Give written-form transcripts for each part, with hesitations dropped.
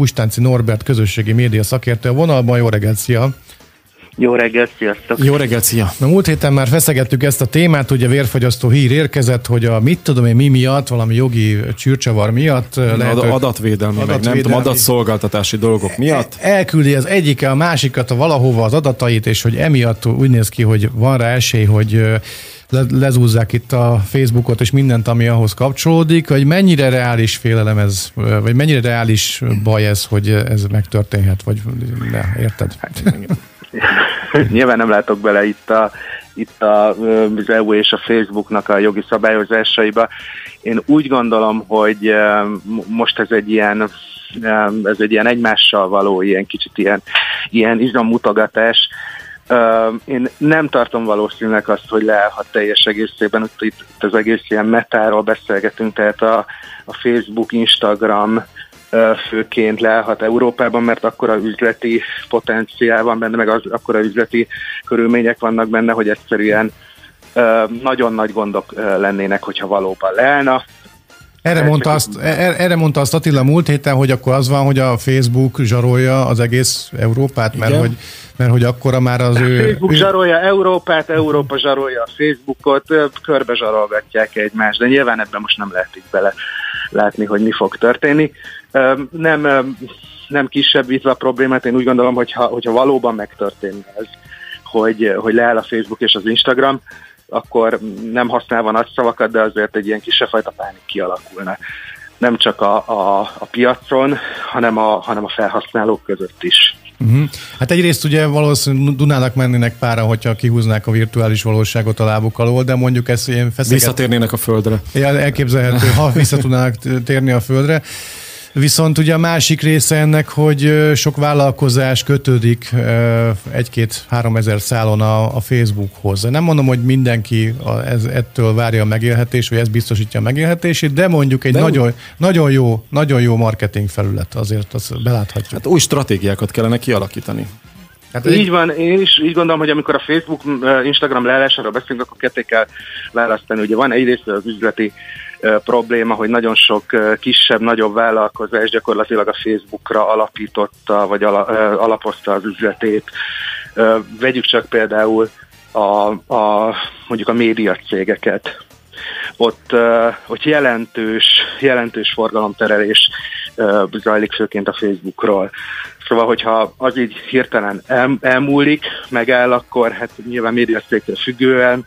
Pustánci Norbert közösségi média szakértő a vonalban. Jó reggelt, szia! Jó reggelt, sziasztok! Jó reggelt, szia! Na, múlt héten már feszegettük ezt a témát, ugye vérfagyasztó hír érkezett, hogy a mi miatt, valami jogi csűrcsavar miatt adatvédelmi, meg nem tudom, adatszolgáltatási dolgok miatt. Elküldi az egyike a másikat valahova az adatait, és hogy emiatt úgy néz ki, hogy van rá esély, hogy lezúzzák itt a Facebookot és mindent, ami ahhoz kapcsolódik, hogy mennyire reális félelem ez, vagy mennyire reális baj ez, hogy ez megtörténhet, vagy ne, érted? Nyilván nem látok bele itt az EU és a Facebooknak a jogi szabályozásaiba. Én úgy gondolom, hogy most ez egy ilyen egymással való, ilyen kicsit ilyen izommutogatás. Én nem tartom valószínűleg azt, hogy leállhat teljes egészében. Itt az egész ilyen metáról beszélgetünk, tehát a Facebook, Instagram főként leállhat Európában, mert akkora üzleti potenciál van benne, meg akkora üzleti körülmények vannak benne, hogy egyszerűen nagyon nagy gondok lennének, hogyha valóban leállna. Erre mondta azt Attila múlt héten, hogy akkor az van, hogy a Facebook zsarolja az egész Európát, mert hogy akkora már az ő... Facebook zsarolja Európát, Európa zsarolja a Facebookot, körbe zsarolgatják egymást, de nyilván ebben most nem lehet így bele látni, hogy mi fog történni. Nem kisebbítve a problémát, én úgy gondolom, hogyha valóban megtörténne ez, hogy leáll a Facebook és az Instagram, akkor nem használva nagy szavakat, de azért egy ilyen kisebb fajta pánik kialakulna. Nem csak a piacon, hanem a felhasználók között is. Uh-huh. Hát egyrészt ugye valószínűleg Dunának mennének pára, hogyha kihúznák a virtuális valóságot a lábuk alól, de mondjuk ezt ilyen visszatérnének a földre. Ja, elképzelhető, ha vissza tudnának térni a földre. Viszont ugye a másik része ennek, hogy sok vállalkozás kötődik 1-2-3 ezer szálon a Facebookhoz. Nem mondom, hogy mindenki ettől várja a megélhetést, vagy ez biztosítja a megélhetését, de mondjuk egy nagyon jó marketing felület, azért azt beláthatjuk. Hát új stratégiákat kellene kialakítani. Hát így van, én is így gondolom, hogy amikor a Facebook, Instagram leállásáról beszélünk, akkor ketté kell választani. Ugye van egyrészt az üzleti probléma, hogy nagyon sok kisebb, nagyobb vállalkozás gyakorlatilag a Facebookra alapította, vagy alapozta az üzletét. Vegyük csak például mondjuk a médiacégeket. Ott jelentős forgalomterelés zajlik főként a Facebookról. Szóval, hogyha az így hirtelen elmúlik, megáll, akkor hát nyilván médiacégtől függően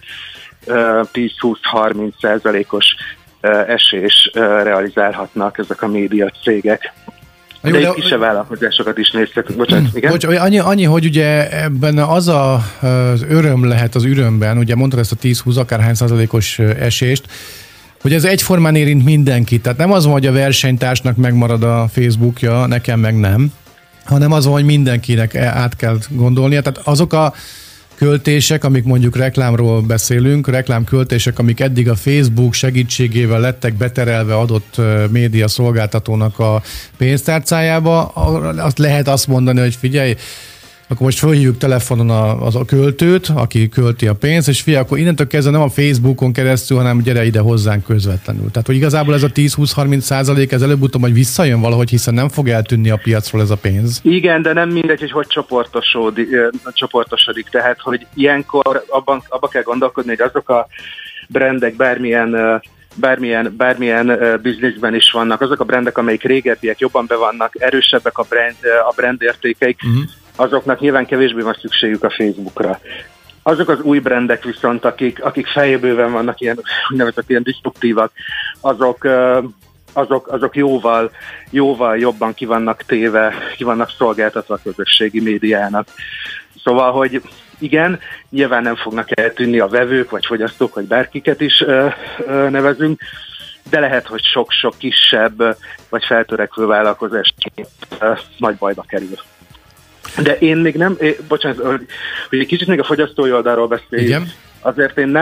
10-20-30%-os esés realizálhatnak ezek a médiacégek. De itt kisebb vállalkozásokat is nézhetünk. Bocsánat, igen? Annyi, hogy ugye ebben az öröm lehet az ürömben, ugye mondtad ezt a 10-20 akárhány százalékos esést, hogy ez egyformán érint mindenkit. Tehát nem az van, hogy a versenytársnak megmarad a Facebookja, nekem meg nem, hanem az van, hogy mindenkinek át kell gondolnia. Tehát azok a költések, amik mondjuk reklámról beszélünk, reklámköltések, amik eddig a Facebook segítségével lettek beterelve adott média szolgáltatónak a pénztárcájába, azt lehet azt mondani, hogy figyelj, akkor most fölhívjuk telefonon a költőt, aki költi a pénzt, és figyelj, akkor innentől kezdve nem a Facebookon keresztül, hanem gyere ide hozzánk közvetlenül. Tehát, hogy igazából ez a 10-20-30% ez előbb-utóbb majd visszajön valahogy, hiszen nem fog eltűnni a piacról ez a pénz. Igen, de nem mindegy, hogy csoportosodik. Tehát, hogy ilyenkor abba kell gondolkodni, hogy azok a brandek bármilyen bizniszben is vannak, azok a brandek, amelyik régebbiek, jobban be vannak, erősebbek a brand értékeik, azoknak nyilván kevésbé van szükségük a Facebookra. Azok az új brandek viszont, akik feljövőben vannak ilyen úgynevezett ilyen disruptívak, azok jóval jobban ki vannak szolgáltatva a közösségi médiának. Szóval, hogy igen, nyilván nem fognak eltűnni a vevők, vagy fogyasztók, vagy bárkiket is nevezünk, de lehet, hogy sok-sok kisebb, vagy feltörekvő vállalkozás nagy bajba kerül. De én még nem, bocsánat, hogy egy kicsit még a fogyasztói oldalról beszéljünk. Azért én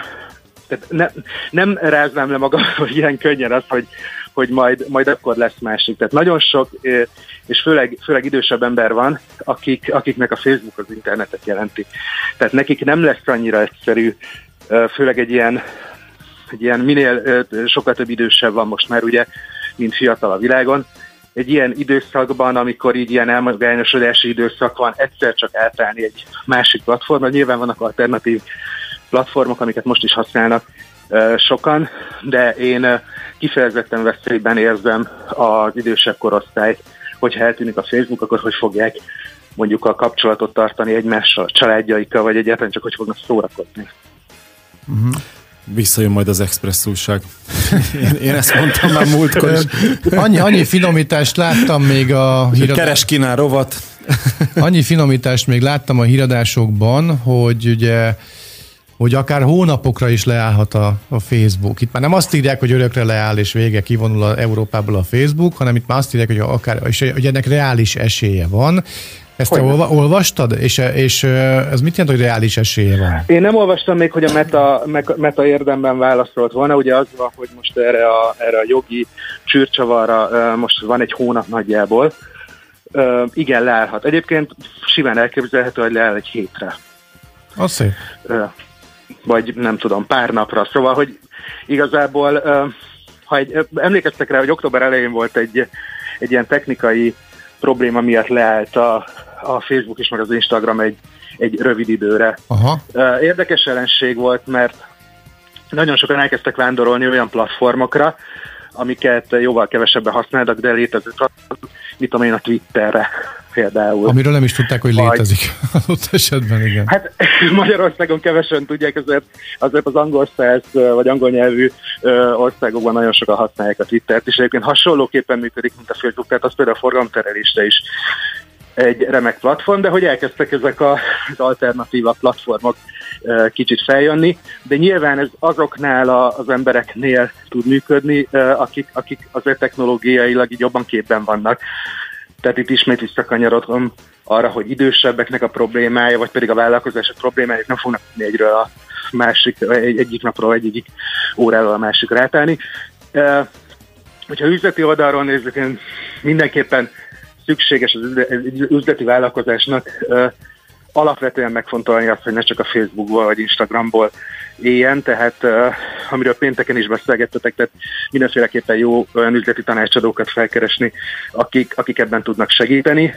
nem ráznám le magam, hogy ilyen könnyen az, hogy majd akkor lesz másik. Tehát nagyon sok, és főleg idősebb ember van, akiknek a Facebook az internetet jelenti. Tehát nekik nem lesz annyira egyszerű, főleg egy ilyen minél sokkal több idősebb van most már ugye, mint fiatal a világon, egy ilyen időszakban, amikor így ilyen elmagányosodási időszak van, egyszer csak átállni egy másik platformra. Nyilván vannak alternatív platformok, amiket most is használnak sokan, de én kifejezetten veszélyben érzem az idősebb korosztályt, hogyha eltűnik a Facebook, akkor hogy fogják mondjuk a kapcsolatot tartani egymással, a családjaikkal, vagy egyáltalán csak hogy fognak szórakozni. Uh-huh. Visszajön majd az Express újság. Én ezt mondtam már múltkor is. Annyi finomítást láttam még a Keres kínál rovat. Annyi finomítást még láttam a híradásokban, hogy ugye hogy akár hónapokra is leállhat a Facebook. Itt már nem azt írják, hogy örökre leáll és vége, kivonul a Európából a Facebook, hanem itt már azt írják, hogy hogy ennek reális esélye van. Ezt te olvastad? És ez mit jelent, hogy reális esélye van? Én nem olvastam még, hogy a Meta érdemben válaszolt volna. Ugye az van, hogy most erre a jogi csűrcsavarra most van egy hónap nagyjából. Igen, leállhat. Egyébként simán elképzelhető, hogy leáll egy hétre. Az szép. Vagy nem tudom, pár napra. Szóval, hogy igazából, ha emlékeztek rá, hogy október elején volt egy ilyen technikai probléma miatt leállt a Facebook is, meg az Instagram egy rövid időre. Aha. Érdekes jelenség volt, mert nagyon sokan elkezdtek vándorolni olyan platformokra, amiket jóval kevesebben használnak, de létezik, mit tudom én, a Twitterre például. Amiről nem is tudták, hogy létezik ott esetben, igen. Hát Magyarországon kevesen tudják, azért az angol száz vagy angol nyelvű országokban nagyon sokan használják a Twittert, és egyébként hasonlóképpen működik, mint a Facebook, tehát az például a forgalomterelésre is egy remek platform, de hogy elkezdtek ezek az alternatíva platformok kicsit feljönni, de nyilván ez azoknál az embereknél tud működni, akik azért technológiailag így jobban képben vannak. Tehát itt ismét visszakanyarodom arra, hogy idősebbeknek a problémája, vagy pedig a vállalkozások problémájuk nem fognak egyik napról egyik óráról a másikra átállni. Hogyha üzleti oldalról nézzük, én mindenképpen szükséges az üzleti vállalkozásnak alapvetően megfontolni azt, hogy ne csak a Facebookból vagy Instagramból éljen, tehát amiről pénteken is beszélgettetek, tehát mindenféleképpen jó olyan üzleti tanácsadókat felkeresni, akik ebben tudnak segíteni.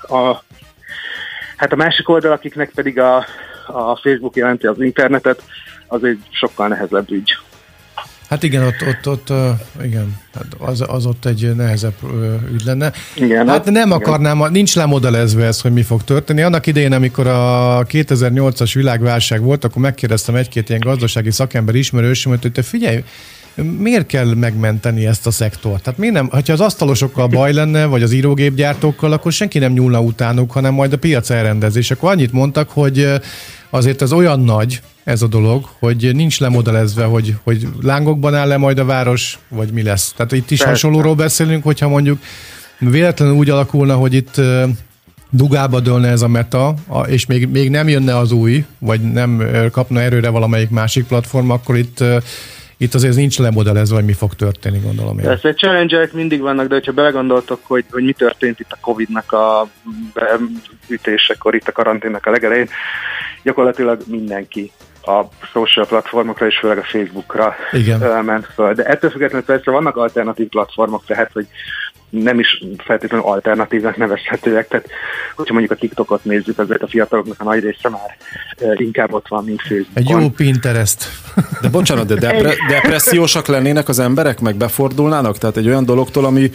Hát a másik oldal, akiknek pedig a Facebook jelenti az internetet, az egy sokkal nehezebb ügy. Hát igen, ott igen, az ott egy nehezebb ügy lenne. Igen, hát nem akarnám, nincs lemodellezve ez, hogy mi fog történni. Annak idején, amikor a 2008-as világválság volt, akkor megkérdeztem egy-két ilyen gazdasági szakember ismerősömet, hogy te figyelj, miért kell megmenteni ezt a szektort? Tehát miért nem, ha az asztalosokkal baj lenne, vagy az írógépgyártókkal, akkor senki nem nyúlna utánuk, hanem majd a piac elrendezés. Akkor annyit mondtak, hogy azért ez olyan nagy, ez a dolog, hogy nincs lemodellezve, hogy lángokban áll le majd a város, vagy mi lesz. Tehát itt is hasonlóról beszélünk, hogyha mondjuk véletlenül úgy alakulna, hogy itt dugába dőlne ez a Meta, és még nem jönne az új, vagy nem kapna erőre valamelyik másik platform, akkor itt azért nincs lemodellezve, hogy mi fog történni, gondolom én. Persze, challenge-ek mindig vannak, de hogyha belegondoltok, hogy mi történt itt a Covid-nak a beütésekor, itt a karanténnak a legelején, gyakorlatilag mindenki a social platformokra és főleg a Facebookra ment fel. De ettől függetlenül persze vannak alternatív platformok, tehát hogy nem is feltétlenül alternatívnak nevezhetőek, tehát hogyha mondjuk a TikTokot nézzük, azért a fiataloknak a nagy része már inkább ott van, mint Facebookon. Egy jó Pinterest. De bocsánat, de depressziósak lennének az emberek, meg befordulnának? Tehát egy olyan dologtól, ami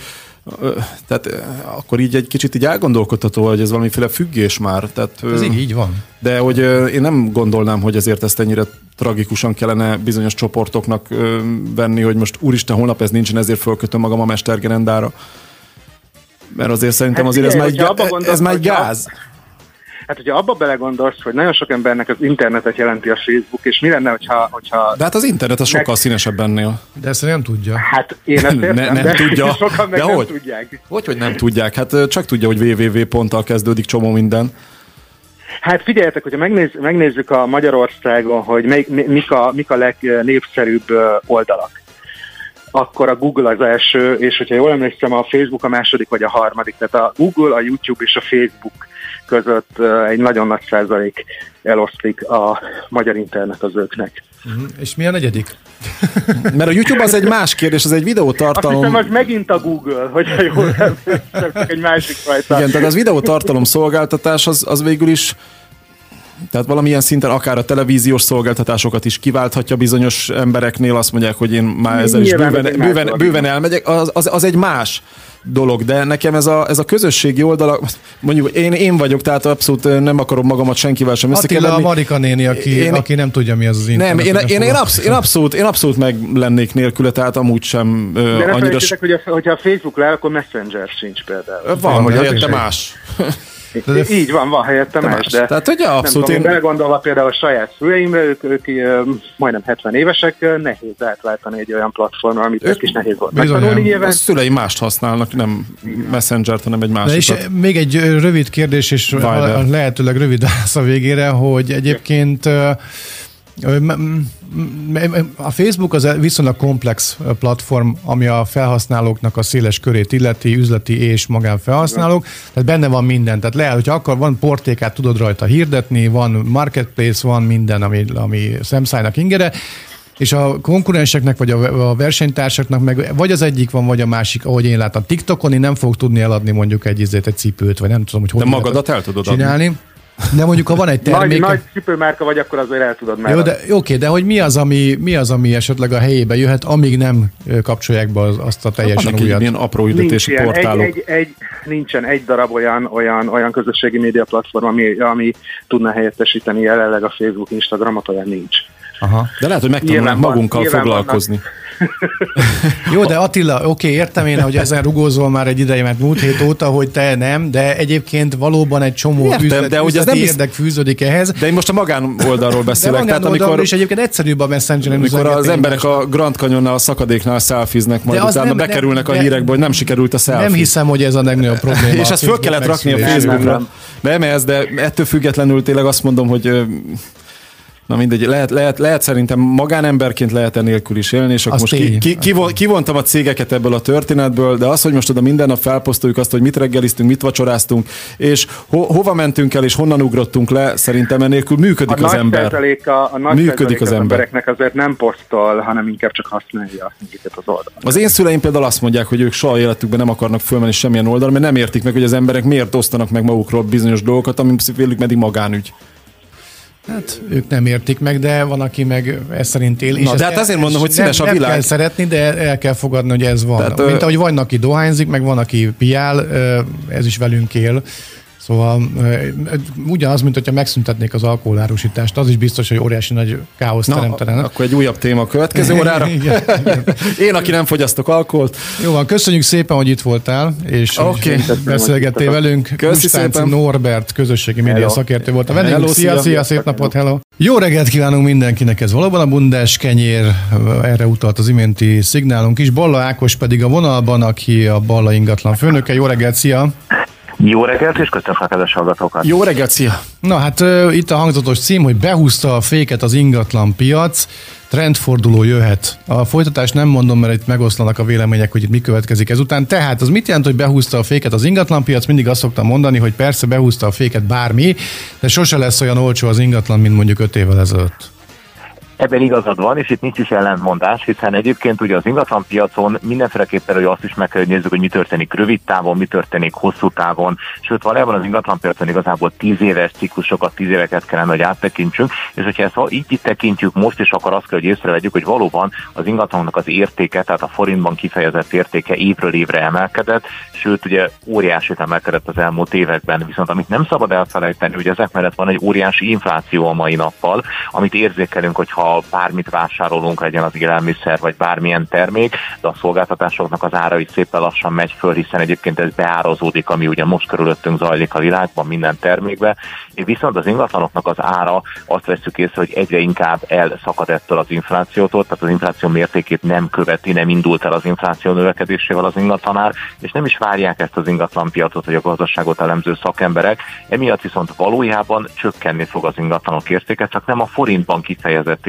tehát akkor így egy kicsit így elgondolkodható, hogy ez valamiféle függés már. Tehát, ez így van. De hogy én nem gondolnám, hogy ezért ezt ennyire tragikusan kellene bizonyos csoportoknak venni, hogy most úristen, holnap ez nincsen, ezért fölkötöm magam a mestergerendára. Mert azért szerintem azért ez már egy gáz. Hát, hogyha abba belegondolsz, hogy nagyon sok embernek az internetet jelenti a Facebook, és mi lenne, hogyha... De hát az internet az sokkal színesebb ennél. De ezt nem tudja. Hát én ezt értem, nem tudja. Sokan meg nem tudják. Hogy nem tudják? Hát csak tudja, hogy www-ponttal kezdődik csomó minden. Hát figyeljetek, hogyha megnézzük a Magyarországon, hogy mik a legnépszerűbb oldalak, akkor a Google az első, és hogyha jól emlékszem, a Facebook a második vagy a harmadik. Tehát a Google, a YouTube és a Facebook között egy nagyon nagy százalék eloszlik a magyar internetezőknek. És mi a negyedik? Mert a YouTube az egy más kérdés, az egy videótartalom. Azt hiszem, az megint a Google, hogyha jól emlékszem, csak egy másik fajta. Igen, tehát az videótartalom szolgáltatás az végül is, tehát valamilyen szinten akár a televíziós szolgáltatásokat is kiválthatja bizonyos embereknél, azt mondják, hogy én már ezzel is bőven elmegyek, az egy más dolog, de nekem ez a közösségi oldala, mondjuk én vagyok, tehát abszolút nem akarom magamat senkivel sem összekeverni. Attila a Marika néni, aki nem tudja, mi az az internet. Nem, én abszolút meg lennék nélküle, tehát amúgy sem de ne felejtsétek, hogyha a Facebook le, akkor Messenger sincs például. Van, hogy helyette más. Így van helyette más, de tehát, hogy abszolút nem tudom, belegondolva például a saját szüleimre, ők majdnem 70 évesek, nehéz átváltani egy olyan platformra, amit ők is nehéz volt megtanulni nyilván. A szüleim mást használnak, nem Messengert, hanem egy másikat. És még egy rövid kérdés, és lehetőleg rövid válasz a végére, hogy egyébként a Facebook az viszonylag komplex platform, ami a felhasználóknak a széles körét illeti, üzleti és magánfelhasználók, tehát benne van minden, tehát lehet, hogyha akkor van portékát, tudod rajta hirdetni, van marketplace, van minden, ami szemszájnak ingere, és a konkurenseknek, vagy a versenytársaknak meg vagy az egyik van, vagy a másik, ahogy én látom. TikTokon én nem fogok tudni eladni mondjuk egy cipőt, vagy nem tudom, hogy de magadat el tudod csinálni. Adni. De mondjuk, ha van egy termék... Nagy cipőmárka vagy, akkor azért el tudod már. Jó, de hogy mi az, ami esetleg a helyébe jöhet, amíg nem kapcsolják be azt a teljesen újat? Ilyen apró hirdetési portálok. Nincsen egy darab olyan közösségi média platform, ami tudna helyettesíteni jelenleg a Facebook, Instagramot, olyan nincs. Aha. De lehet, hogy megtanulnánk magunkkal foglalkozni. Jó, de Attila, értem én, hogy ezen rugózol már egy ideje, mert múlt hét óta, hogy te nem, de egyébként valóban egy csomó üzleti érdek fűződik ehhez. De én most a magán oldalról beszélek. Tehát amikor is egyébként egyszerűbb a Messengeren amikor az emberek a Grand Canyonnál, a szakadéknál szelfiznek, majd utána bekerülnek a hírekbe, hogy nem sikerült a selfie. Nem hiszem, hogy ez a legnagyobb probléma. És ezt föl kellett rakni a Facebookra. Nem ez, de ettől függetlenül tényleg azt mondom, hogy na mindegy, lehet szerintem magánemberként lehet nélkül is élni, és akkor most kivontam a cégeket ebből a történetből, de az, hogy most oda minden nap felposztoljuk azt, hogy mit reggeliztünk, mit vacsoráztunk, és hova mentünk el, és honnan ugrottunk le, szerintem enélkül működik az ember. A nagy az embereknek azért nem posztol, hanem inkább csak használja az oldalt. Az én szüleim például azt mondják, hogy ők soha életükben nem akarnak fölmenni semmilyen oldalra, mert nem értik meg, hogy az emberek miért osztanak meg magukról bizonyos dolgokat, ami velük meddig magánügy. Hát ők nem értik meg, de van, aki meg ezt szerint él. Na, de hát azért mondom, hogy színes a világ. Nem kell szeretni, de el kell fogadni, hogy ez van. Tehát, mint ahogy van, aki dohányzik, meg van, aki piál, ez is velünk él. Szóval ugyanaz, mint hogyha megszüntetnék az alkoholárusítást, az is biztos, hogy óriási nagy káosz teremtene. Akkor egy újabb téma a következő órára. Én, aki nem fogyasztok alkoholt. Jó van, köszönjük szépen, hogy itt voltál, és beszélgettél velünk. Ustánc Norbert, közösségi média szakértő volt a vendégünk. Szia, szép napot, hello! Jó reggelt kívánunk mindenkinek, ez valóban a bundás kenyér, erre utalt az iménti szignálunk is. Balla Ákos pedig a vonalban, aki a Balla ingatlan főnöke. Jó reggelt, szia! Jó reggelt, és köszönöm a kedves hallgatókat. Jó reggelt, szia! Na hát itt a hangzatos cím, hogy behúzta a féket az ingatlan piac, trendforduló jöhet. A folytatást nem mondom, mert itt megoszlanak a vélemények, hogy itt mi következik ezután. Tehát az mit jelent, hogy behúzta a féket az ingatlan piac? Mindig azt szoktam mondani, hogy persze behúzta a féket bármi, de sose lesz olyan olcsó az ingatlan, mint mondjuk 5 évvel ezelőtt. Ebben igazad van, és itt nincs is ellentmondás, hiszen egyébként ugye az ingatlanpiacon mindenféleképpen hogy azt is meg kell, hogy nézzük, hogy mi történik rövid távon, mi történik hosszú távon, sőt valójában az ingatlanpiacon igazából 10 éves ciklusokat, 10 éveket kellene, hogy áttekintsünk, és hogyha ezt így tekintjük most, és akkor azt kell, hogy észrevegyük, hogy valóban az ingatlannak az értéke, tehát a forintban kifejezett értéke évről évre emelkedett, sőt ugye óriásit emelkedett az elmúlt években, viszont amit nem szabad elfelejteni, hogy ezek mellett van egy óriási infláció a mai nappal, amit érzékelünk, hogyha bármit vásárolunk, legyen az élelmiszer, vagy bármilyen termék, de a szolgáltatásoknak az ára is szépen lassan megy föl, hiszen egyébként ez beárazódik, ami ugye most körülöttünk zajlik a világban, minden termékbe. Viszont az ingatlanoknak az ára, azt vesszük észre, hogy egyre inkább elszakad ettől az inflációtól, tehát az infláció mértékét nem követi, nem indult el az infláció növekedésével az ingatlanár, és nem is várják ezt az ingatlanpiacot, vagy a gazdaságot elemző szakemberek. Emiatt viszont valójában csökkenni fog az ingatlanok értéke, csak nem a forintban kifejezett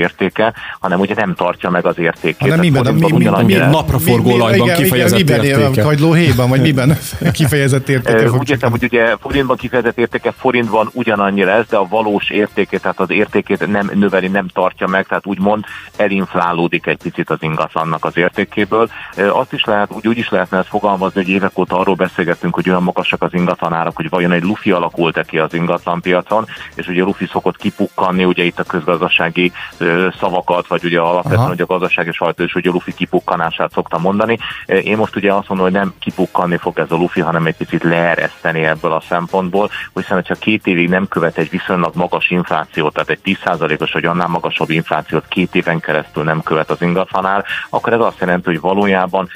értéke, hanem ugye nem tartja meg az értékét. Hanem milyen napraforgó olajban kifejezett értéke? Kagylóhéjban, vagy miben kifejezett értéke? Úgy értem, hogy ugye forintban kifejezett értéke forintban ugyanannyi lesz, de a valós értékét, tehát az értékét nem növeli, nem tartja meg, tehát úgymond elinflálódik egy picit az ingatlannak az értékéből. Azt is lehet, úgy is lehetne ezt fogalmazni, hogy évek óta arról beszélgettünk, hogy olyan magasak az ingatlanárak, hogy vajon egy lufi alakult-e ki az ingatlanpiacon, és ugye a lufi szokott kipukkanni, ugye itt a közgazdasági szavakat, vagy ugye alapvetően hogy a gazdasági sajtó is ugye a lufi kipukkanását szoktam mondani. Én most ugye azt mondom, hogy nem kipukkanni fog ez a lufi, hanem egy picit leereszteni ebből a szempontból, hiszen ha 2 évig nem követ egy viszonylag magas inflációt, tehát egy 10%-os vagy annál magasabb inflációt 2 éven keresztül nem követ az ingatlanár, akkor ez azt jelenti, hogy valójában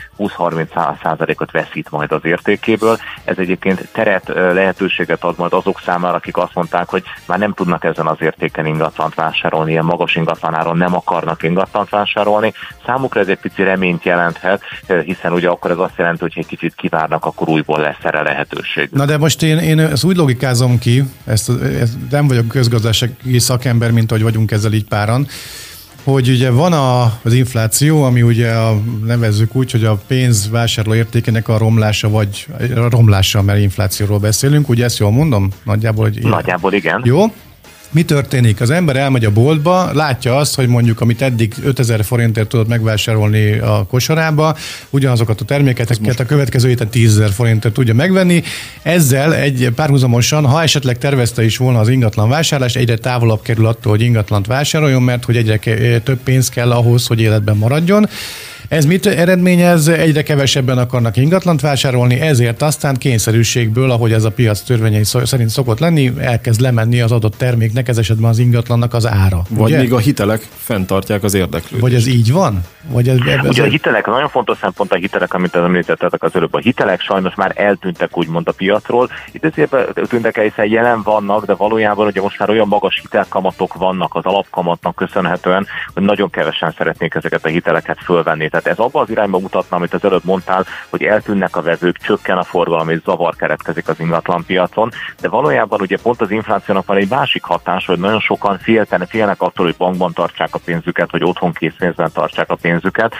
20-30%-ot veszít majd az értékéből. Ez egyébként lehetőséget ad majd azok számára, akik azt mondták, hogy már nem tudnak ezen az értéken ingatlant vásárolni, ilyen magas ingatlanáron nem akarnak ingatlant vásárolni. Számukra ez egy pici reményt jelenthet, hiszen ugye akkor ez azt jelenti, hogy egy kicsit kivárnak, akkor újból lesz erre lehetőség. Na de most én ezt úgy logikázom ki, ezt nem vagyok közgazdasági szakember, mint ahogy vagyunk ezzel így páran, hogy ugye van az infláció, ami ugye nevezzük úgy, hogy a pénz vásárló értékének a romlása, vagy a romlása, mert inflációról beszélünk, ugye ezt jól mondom? Nagyjából igen. Jó. Mi történik? Az ember elmegy a boltba, látja azt, hogy mondjuk, amit eddig 5000 forintért tudott megvásárolni a kosarába, ugyanazokat a termékeket a következő héten 10 000 forintért tudja megvenni. Ezzel egy párhuzamosan, ha esetleg tervezte is volna az ingatlan vásárlást, egyre távolabb kerül attól, hogy ingatlant vásároljon, mert hogy egyre több pénz kell ahhoz, hogy életben maradjon. Ez mit eredményez? Egyre kevesebben akarnak ingatlant vásárolni, ezért aztán kényszerűségből, ahogy ez a piac törvényei szerint szokott lenni, elkezd lemenni az adott terméknek, ez esetben az ingatlannak az ára. Vagy még a hitelek fenntartják az érdeklődést. Vagy ez így van? Vagy ugye a hitelek, nagyon fontos szempont a hitelek, amit említettetek az előbb. A hitelek sajnos már eltűntek úgymond a piacról. Itt azért tűntek el, hiszen jelen vannak, de valójában ugye most már olyan magas hitelkamatok vannak az alapkamatnak köszönhetően, hogy nagyon kevesen szeretnék ezeket a hiteleket fölvenni. Tehát ez abban az irányba mutatna, amit az előbb mondtál, hogy eltűnnek a vevők, csökken a forgalom és zavar keretkezik az ingatlanpiacon, de valójában ugye pont az inflációnak van egy másik hatás, hogy nagyon sokan félnek attól, hogy bankban tartsák a pénzüket, vagy otthon készpénzben tartsák a pénzüket,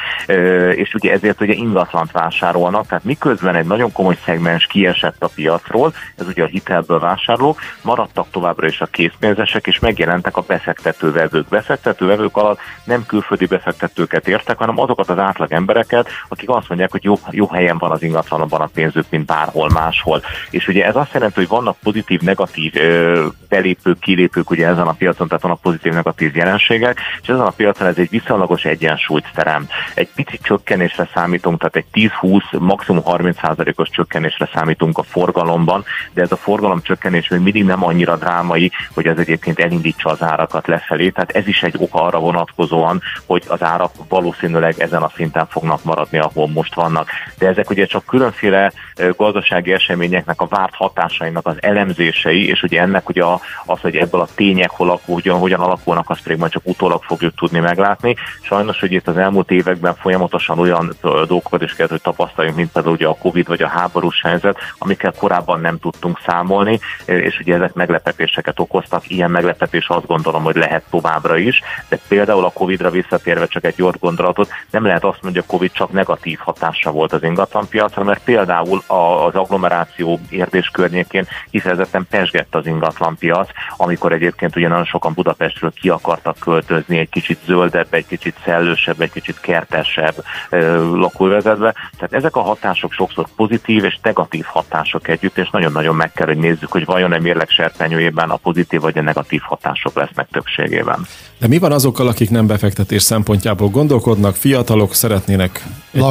és ugye ezért ugye ingatlant vásárolnak, tehát miközben egy nagyon komoly szegmens kiesett a piacról, ez ugye a hitelből vásárlók, maradtak továbbra is a készpénzesek, és megjelentek a befektetővevők. Befektetővevők alatt nem külföldi befektetőket értek, hanem azokat az átlag embereket, akik azt mondják, hogy jó helyen van az ingatlanban a pénzük, mint bárhol máshol. És ugye ez azt jelenti, hogy vannak pozitív, negatív belépők, kilépők ugye ezen a piacon, tehát vannak pozitív, negatív jelenségek, és ezen a piacon ez egy viszonylagos egyensúlyt terem. Egy picit csökkenésre számítunk, tehát egy 10-20, maximum 30%-os csökkenésre számítunk a forgalomban, de ez a forgalom csökkenés még mindig nem annyira drámai, hogy ez egyébként elindítsa az árakat lefelé, tehát ez is egy oka arra vonatkozóan, hogy az árak valószínűleg ezen a szinten fognak maradni, ahol most vannak. De ezek ugye csak különféle gazdasági eseményeknek a várt hatásainak az elemzései, és ugye ennek ugye az, hogy ebből a tények hogyan alakulnak, azt pedig majd csak utólag fogjuk tudni meglátni. Sajnos, hogy itt az elmúlt években folyamatosan olyan dolgokat is kellett, hogy tapasztaljunk, mint például ugye a Covid vagy a háborús helyzet, amikkel korábban nem tudtunk számolni, és ugye ezek meglepetéseket okoztak. Ilyen meglepetés azt gondolom, hogy lehet továbbra is, de például a Covidra visszatérve csak egy gyors gondolatot, nem lehet azt mondani, hogy a Covid csak negatív hatása volt az ingatlanpiacra, mert például az agglomeráció Érdés környékén kifejezetten pezsgett az ingatlanpiac, amikor egyébként ugye nagyon sokan Budapestről ki akartak költözni egy kicsit zöldebb, egy kicsit szellősebb, egy kicsit kertesebb lakóvezetbe. Tehát ezek a hatások sokszor pozitív és negatív hatások együtt, és nagyon-nagyon meg kell, hogy nézzük, hogy vajon-e mérlegserpenyőjében a pozitív vagy a negatív hatások lesznek többségében. De mi van azokkal, akik nem befektetés szempontjából gondolkodnak, fiatalok szeretnének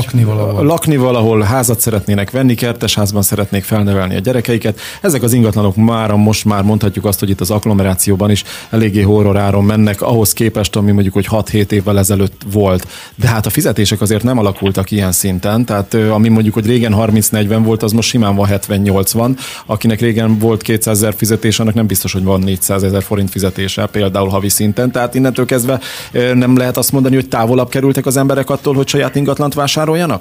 lakni valahol, házat szeretnének venni, kertesházban szeretnék felnevelni a gyerekeiket. Ezek az ingatlanok most már mondhatjuk azt, hogy itt az agglomerációban is eléggé horroráron mennek, ahhoz képest, ami mondjuk, hogy 6-7 évvel ezelőtt volt. De hát a fizetések azért nem alakultak ilyen szinten, tehát ami mondjuk, hogy régen 30-40 volt, az most simán van 70-80. Akinek régen volt 200 000 fizetés, annak nem biztos, hogy van 400 000 forint fizetése, például havi szinten. Tehát innentől kezdve nem lehet azt mondani, hogy távolabb kerültek az emberek attól, hogy saját ingatlant vásároljanak?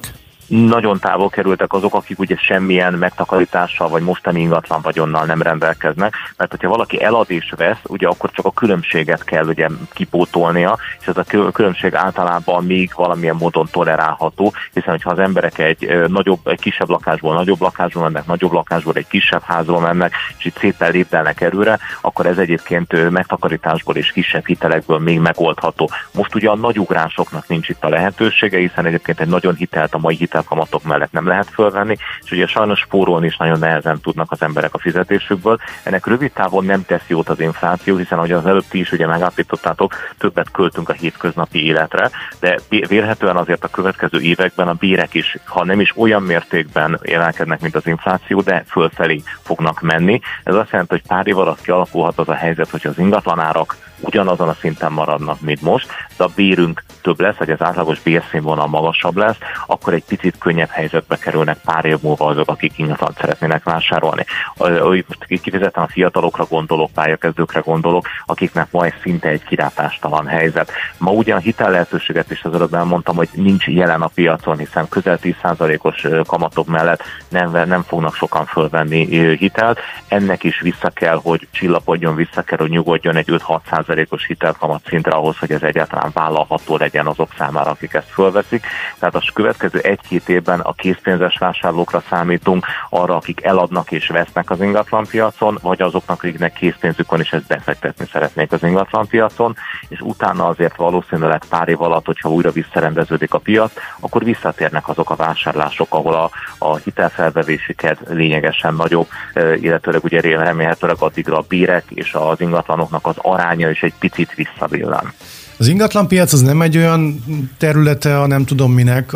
nagyon távol kerültek azok, akik ugye semmilyen megtakarítással vagy mostani ingatlan vagyonnal nem rendelkeznek, mert hogyha valaki elad és vesz, ugye akkor csak a különbséget kell ugye kipótolnia, és ez a különbség általában még valamilyen módon tolerálható, hiszen hogyha az emberek egy kisebb lakásból nagyobb lakásból mennek, nagyobb lakásból egy kisebb házból mennek, és itt szépen lépdelnek erőre, akkor ez egyébként megtakarításból és kisebb hitelekből még megoldható. Most ugye a nagy ugrásoknak nincs itt a lehetősége, hiszen egyébként egy nagyon hitelt a mai hitelkamatok mellett nem lehet fölvenni, és ugye sajnos spórolni is nagyon nehezen tudnak az emberek a fizetésükből. Ennek rövid távon nem tesz jót az infláció, hiszen ahogy az előbb ti is ugye megállapítottátok, többet költünk a hétköznapi életre, de vélhetően azért a következő években a bérek is, ha nem is olyan mértékben emelkednek, mint az infláció, de fölfelé fognak menni. Ez azt jelenti, hogy pár év alatt kialakulhat az a helyzet, hogy az ingatlanárak ugyanazon a szinten maradnak, mint most, de a bérünk több lesz, vagy az átlagos bérszínvonal magasabb lesz, akkor egy picit könnyebb helyzetbe kerülnek pár év múlva azok, akik ingatlant szeretnének vásárolni. Most kifejezetten a fiatalokra gondolok, pályakezdőkre gondolok, akiknek ma ez szinte egy kilátástalan helyzet. Ma ugyan hitel lehetőséget is az előbb elmondtam, hogy nincs jelen a piacon, hiszen közel 10%-os kamatok mellett nem fognak sokan fölvenni hitelt. Ennek is vissza kell, hogy csillapodjon, vissza kell, hogy nyugodjon egy 5-6%-os hitelkamat szintre ahhoz, hogy ez egyáltalán vállalható legyen azok számára, akik ezt fölveszik. Tehát a következő 1-2 évben a készpénzes vásárlókra számítunk, arra, akik eladnak és vesznek az ingatlanpiacon, vagy azoknak, akiknek készpénzük van, és ezt befektetni szeretnék az ingatlanpiacon, és utána azért valószínűleg pár év alatt, hogyha újra visszarendeződik a piac, akkor visszatérnek azok a vásárlások, ahol a hitelfelvevési kedv lényegesen nagyobb, illetőleg ugye remélhetőleg addigra a bérek és az ingatlanoknak az aránya is egy picit visszavillan. Az ingatlanpiac az nem egy olyan területe, a nem tudom minek,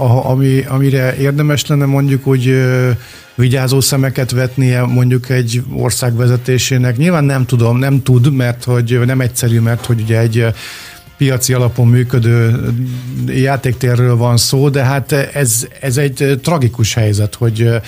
amire érdemes lenne mondjuk úgy vigyázó szemeket vetnie mondjuk egy ország vezetésének. Nyilván nem tud, mert hogy nem egyszerű, mert hogy ugye egy piaci alapon működő játéktérről van szó, de hát ez egy tragikus helyzet,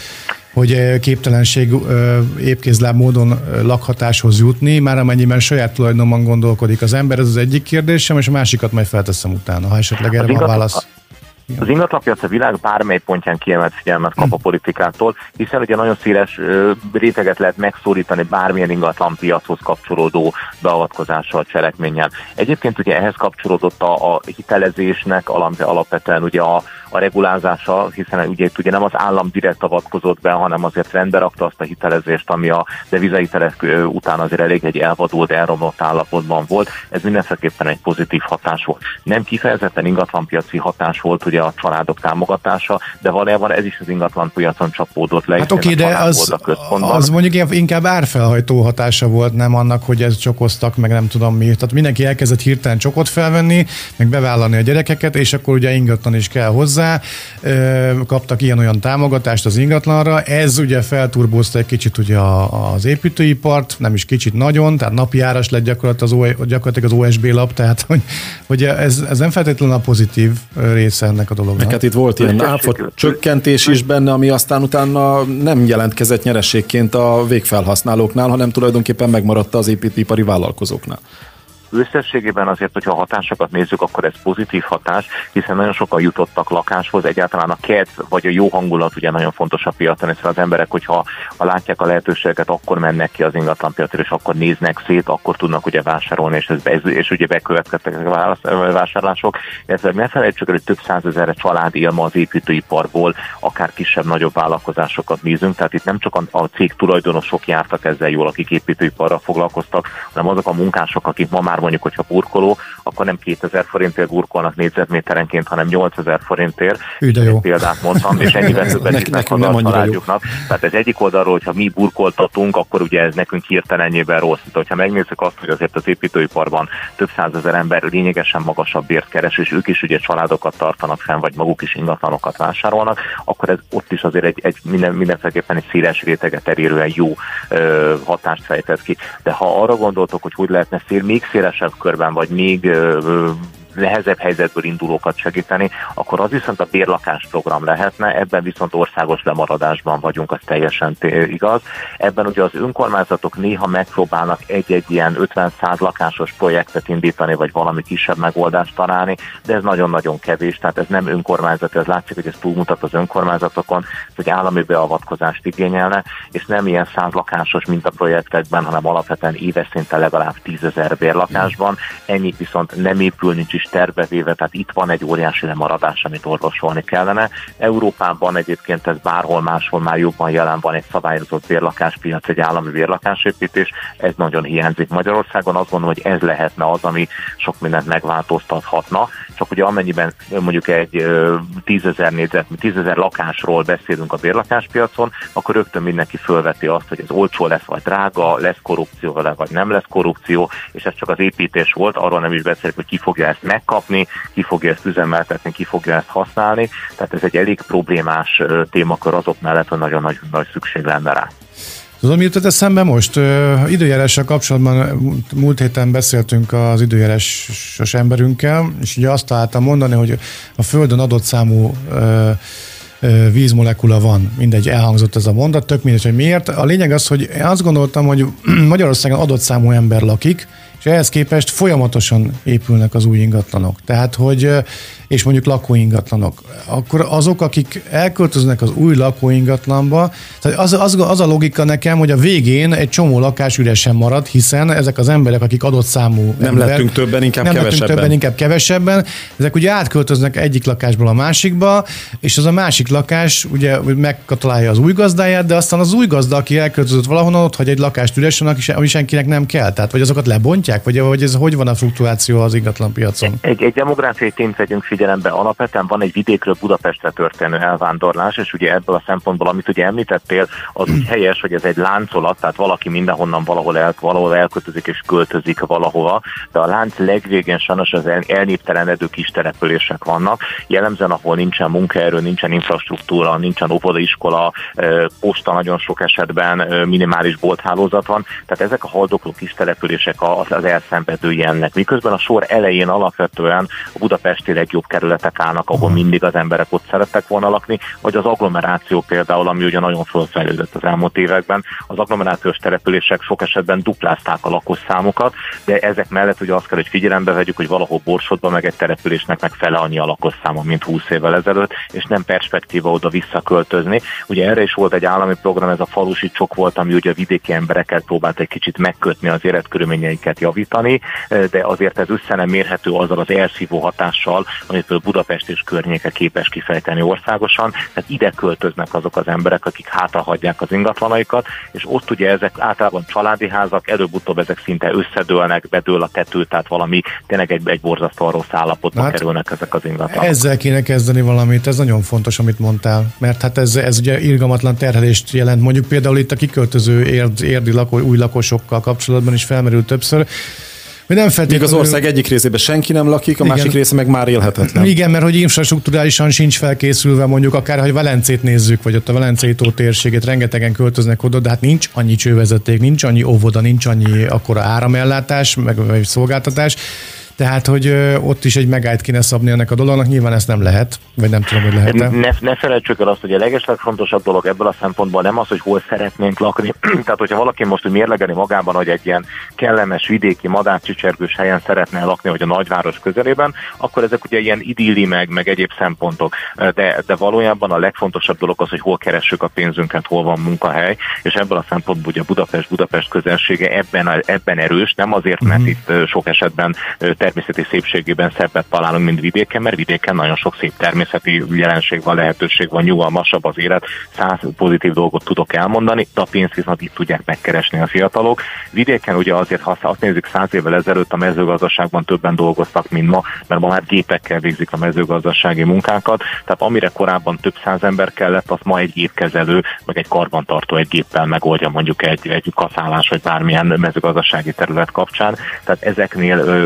hogy képtelenség épkézláb módon lakhatáshoz jutni, már amennyiben saját tulajdonban gondolkodik az ember, ez az egyik kérdésem, és a másikat majd felteszem utána, ha esetleg erre van válasz. Az ingatlanpiac a világ bármely pontján kiemelt figyelmet kap a politikától, hiszen ugye nagyon széles réteget lehet megszólítani bármilyen ingatlanpiachoz kapcsolódó beavatkozással, cselekménnyel. Egyébként ugye ehhez kapcsolódott a hitelezésnek alapvetően ugye a regulázása, hiszen ugye nem az állam direkt avatkozott be, hanem azért rendbe rakta azt a hitelezést, ami a devizahitelek után azért elég egy elvadult, elromlott állapotban volt. Ez mindenféleképpen egy pozitív hatás volt. Nem kifejezetten ingatlanpiaci hatás volt ugye a családok támogatása, de valójában ez is az ingatlanpiacon csapódott le. Hát oké, de az mondjuk inkább árfelhajtó hatása volt, nem annak, hogy ez csokoztak, meg nem tudom mi. Tehát mindenki elkezdett hirtelen csokot felvenni, meg bevállalni a gyerekeket, és akkor ugye ingatlan is kell hozzá. Kaptak ilyen-olyan támogatást az ingatlanra. Ez ugye felturbózta egy kicsit ugye az építőipart, nem is kicsit nagyon, tehát napi áras lett gyakorlatilag az OSB lap, tehát hogy ez nem feltétlenül a pozitív része ennek a dolognak. Neked itt volt ilyen áfa csökkentés is benne, ami aztán utána nem jelentkezett nyereségként a végfelhasználóknál, hanem tulajdonképpen megmaradt az építőipari vállalkozóknál. Összességében azért, hogyha a hatásokat nézzük, akkor ez pozitív hatás, hiszen nagyon sokan jutottak lakáshoz, egyáltalán a kedv vagy a jó hangulat ugye nagyon fontos a piacon, hiszen az emberek, hogyha látják a lehetőséget, akkor mennek ki az ingatlanpiacra, és akkor néznek szét, akkor tudnak ugye vásárolni, és ugye bekövetkeztek a vásárlások. Ezzel ne felejtsük el, hogy több százezer család él ma az építőiparból, akár kisebb-nagyobb vállalkozásokat nézünk, tehát itt nem csak a cég tulajdonosok jártak ezzel jól, akik építőiparral foglalkoztak, hanem azok a munkások, akik ma már mondjuk, hogyha burkoló, akkor nem 2000 forintért burkolnak négyzetméterenként, hanem 8000 forintért. Példát mondtam, és ennyivel többet visznek haza a családjuknak. Tehát ez egyik oldalról, hogyha mi burkoltatunk, akkor ugye ez nekünk hirtelenjében rossz. De hogyha megnézzük azt, hogy azért az építőiparban több százezer ember lényegesen magasabb bért keres, és ők is ugye családokat tartanak fenn, vagy maguk is ingatlanokat vásárolnak, akkor ez ott is azért mindenféleképpen egy széles réteget elérően jó hatást fejtett ki. De ha arra gondoltok, hogy lehetne még szélesebb körben, vagy még nehezebb helyzetből indulókat segíteni, akkor az viszont a bérlakás program lehetne, ebben viszont országos lemaradásban vagyunk, az teljesen igaz. Ebben ugye az önkormányzatok néha megpróbálnak egy-egy ilyen 50-100 lakásos projektet indítani, vagy valami kisebb megoldást találni, de ez nagyon-nagyon kevés, tehát ez nem önkormányzat, ez látszik, hogy ez túlmutat az önkormányzatokon, hogy állami beavatkozást igényelne, és nem ilyen 100 lakásos mintaprojektekben, hanem alapvetően éves szinten legalább 10 000 bérlakásban. Ennyi viszont nem épül, nincs is tervevéve, tehát itt van egy óriási lemaradás, amit orvosolni kellene. Európában egyébként ez bárhol máshol már jobban jelen van egy szabályozott bérlakáspiac, egy állami bérlakásépítés, ez nagyon hiányzik Magyarországon. Azt gondolom, hogy ez lehetne az, ami sok mindent megváltoztathatna, csak ugye amennyiben mondjuk egy 10 000 lakásról beszélünk a bérlakáspiacon, akkor rögtön mindenki fölveti azt, hogy ez olcsó lesz, vagy drága, lesz korrupció vele, vagy nem lesz korrupció, és ez csak az építés volt, arról nem is beszélek, hogy ki fogja ezt megkapni, ki fogja ezt üzemeltetni, ki fogja ezt használni, tehát ez egy elég problémás témakör azok mellett, hogy nagyon nagy szükség lenne rá. Tudom, jutott eszembe most? Időjárással kapcsolatban múlt héten beszéltünk az időjárásos emberünkkel, és ugye azt találtam mondani, hogy a Földön adott számú vízmolekula van. Mindegy, elhangzott ez a mondat, tök mindegy, hogy miért. A lényeg az, hogy én azt gondoltam, hogy Magyarországon adott számú ember lakik, és ehhez képest folyamatosan épülnek az új ingatlanok. Tehát, hogy, és mondjuk lakóingatlanok. Akkor azok, akik elköltöznek az új lakóingatlanba, tehát az a logika nekem, hogy a végén egy csomó lakás üresen marad, hiszen ezek az emberek, akik adott számú nem lettünk többen, inkább kevesebben. Ezek ugye átköltöznek egyik lakásból a másikba, és az a másik lakás ugye megkatalálja az új gazdáját, de aztán az új gazda, aki elköltözött valahonnan, ott hagy egy lakást üresen, ami senkinek nem kell. Tehát, vagy azokat lebontják, vagy ez hogy van a fluktuáció az ingatlanpiacon? Egy demográfiai tényt vegyünk figyelembe. Alapvetően van egy vidékről Budapestre történő elvándorlás, és ugye ebből a szempontból, amit ugye említettél, az úgy helyes, hogy ez egy láncolat, tehát valaki mindenhonnan valahol elköltözik és költözik valahova, de a lánc legvégén sajnos az elnéptelenedő kis települések vannak, jellemzően ahol nincsen munkaerő, nincsen infrastruktúra, nincsen óvodaiskola, posta nagyon sok esetben, minimális bolthálózat van, tehát ezek a haldokló kis települések az elszenvedői ennek. Miközben a sor elején alapvetően a budapesti legjobb kerületek állnak, ahol mindig az emberek ott szerettek volna lakni, vagy az agglomeráció például, ami ugye nagyon fölfejlődött az elmúlt években. Az agglomerációs települések sok esetben duplázták a lakosszámokat, de ezek mellett ugye azt kell, hogy figyelembe vegyük, hogy valahol Borsodban meg egy településnek meg fele annyi a lakosszáma, mint 20 évvel ezelőtt, és nem perspektíva oda visszaköltözni. Ugye erre is volt egy állami program, ez a falusi csok volt, ami ugye a vidéki embereket próbált egy kicsit megkötni, az életkörülményeiket javítani, de azért ez össze nem mérhető azzal az elszívó hatással, amit Budapest és környéke képes kifejteni országosan. Tehát ide költöznek azok az emberek, akik hátrahagyják az ingatlanaikat, és ott ugye ezek általában családi házak, előbb-utóbb ezek szinte összedőlnek, bedől a tető, tehát valami tényleg egy borzasztó rossz állapotba kerülnek ezek az ingatlanok. Ezzel kéne kezdeni valamit, ez nagyon fontos, amit mondtál, mert hát ez ugye irgalmatlan terhelést jelent. Mondjuk például itt a kiköltöző érdi új lakosokkal kapcsolatban is felmerült többször. Még az ország egyik részében senki nem lakik, a másik része meg már élhetetlen. Igen, mert hogy infrastrukturálisan sincs felkészülve, mondjuk akár, hogy Velencét nézzük, vagy ott a Velencei tó térségét, rengetegen költöznek oda, de hát nincs annyi csővezeték, nincs annyi óvoda, nincs annyi akkora áramellátás, meg szolgáltatás. Tehát, hogy ott is egy megállt kéne szabni ennek a dolognak, nyilván ezt nem lehet, vagy nem tudom, hogy lehet-e. Ne felejtsük el azt, hogy a legeslegfontosabb dolog ebből a szempontból nem az, hogy hol szeretnénk lakni. Tehát, hogyha valaki most úgy mérlegeli magában, hogy egy ilyen kellemes vidéki, madárcsicsergős helyen szeretne lakni, vagy a nagyváros közelében, akkor ezek ugye ilyen idilli meg egyéb szempontok. De valójában a legfontosabb dolog az, hogy hol keressük a pénzünket, hol van munkahely, és ebből a szempontból ugye Budapest közelsége ebben erős, nem azért, mert itt sok esetben természeti szépségében szebbet találunk, mint vidéken, mert vidéken nagyon sok szép természeti jelenség van, lehetőség van, nyugalmasabb az élet, 100 pozitív dolgot tudok elmondani, de a pénzt viszont itt tudják megkeresni a fiatalok. Vidéken ugye azért, ha azt nézzük, 100 évvel ezelőtt a mezőgazdaságban többen dolgoztak, mint ma, mert ma már gépekkel végzik a mezőgazdasági munkákat, tehát amire korábban több száz ember kellett, azt ma egy gépkezelő, meg egy karbantartó egy géppel megoldja mondjuk egy kaszálás, vagy bármilyen mezőgazdasági terület kapcsán. Tehát ezeknél óriási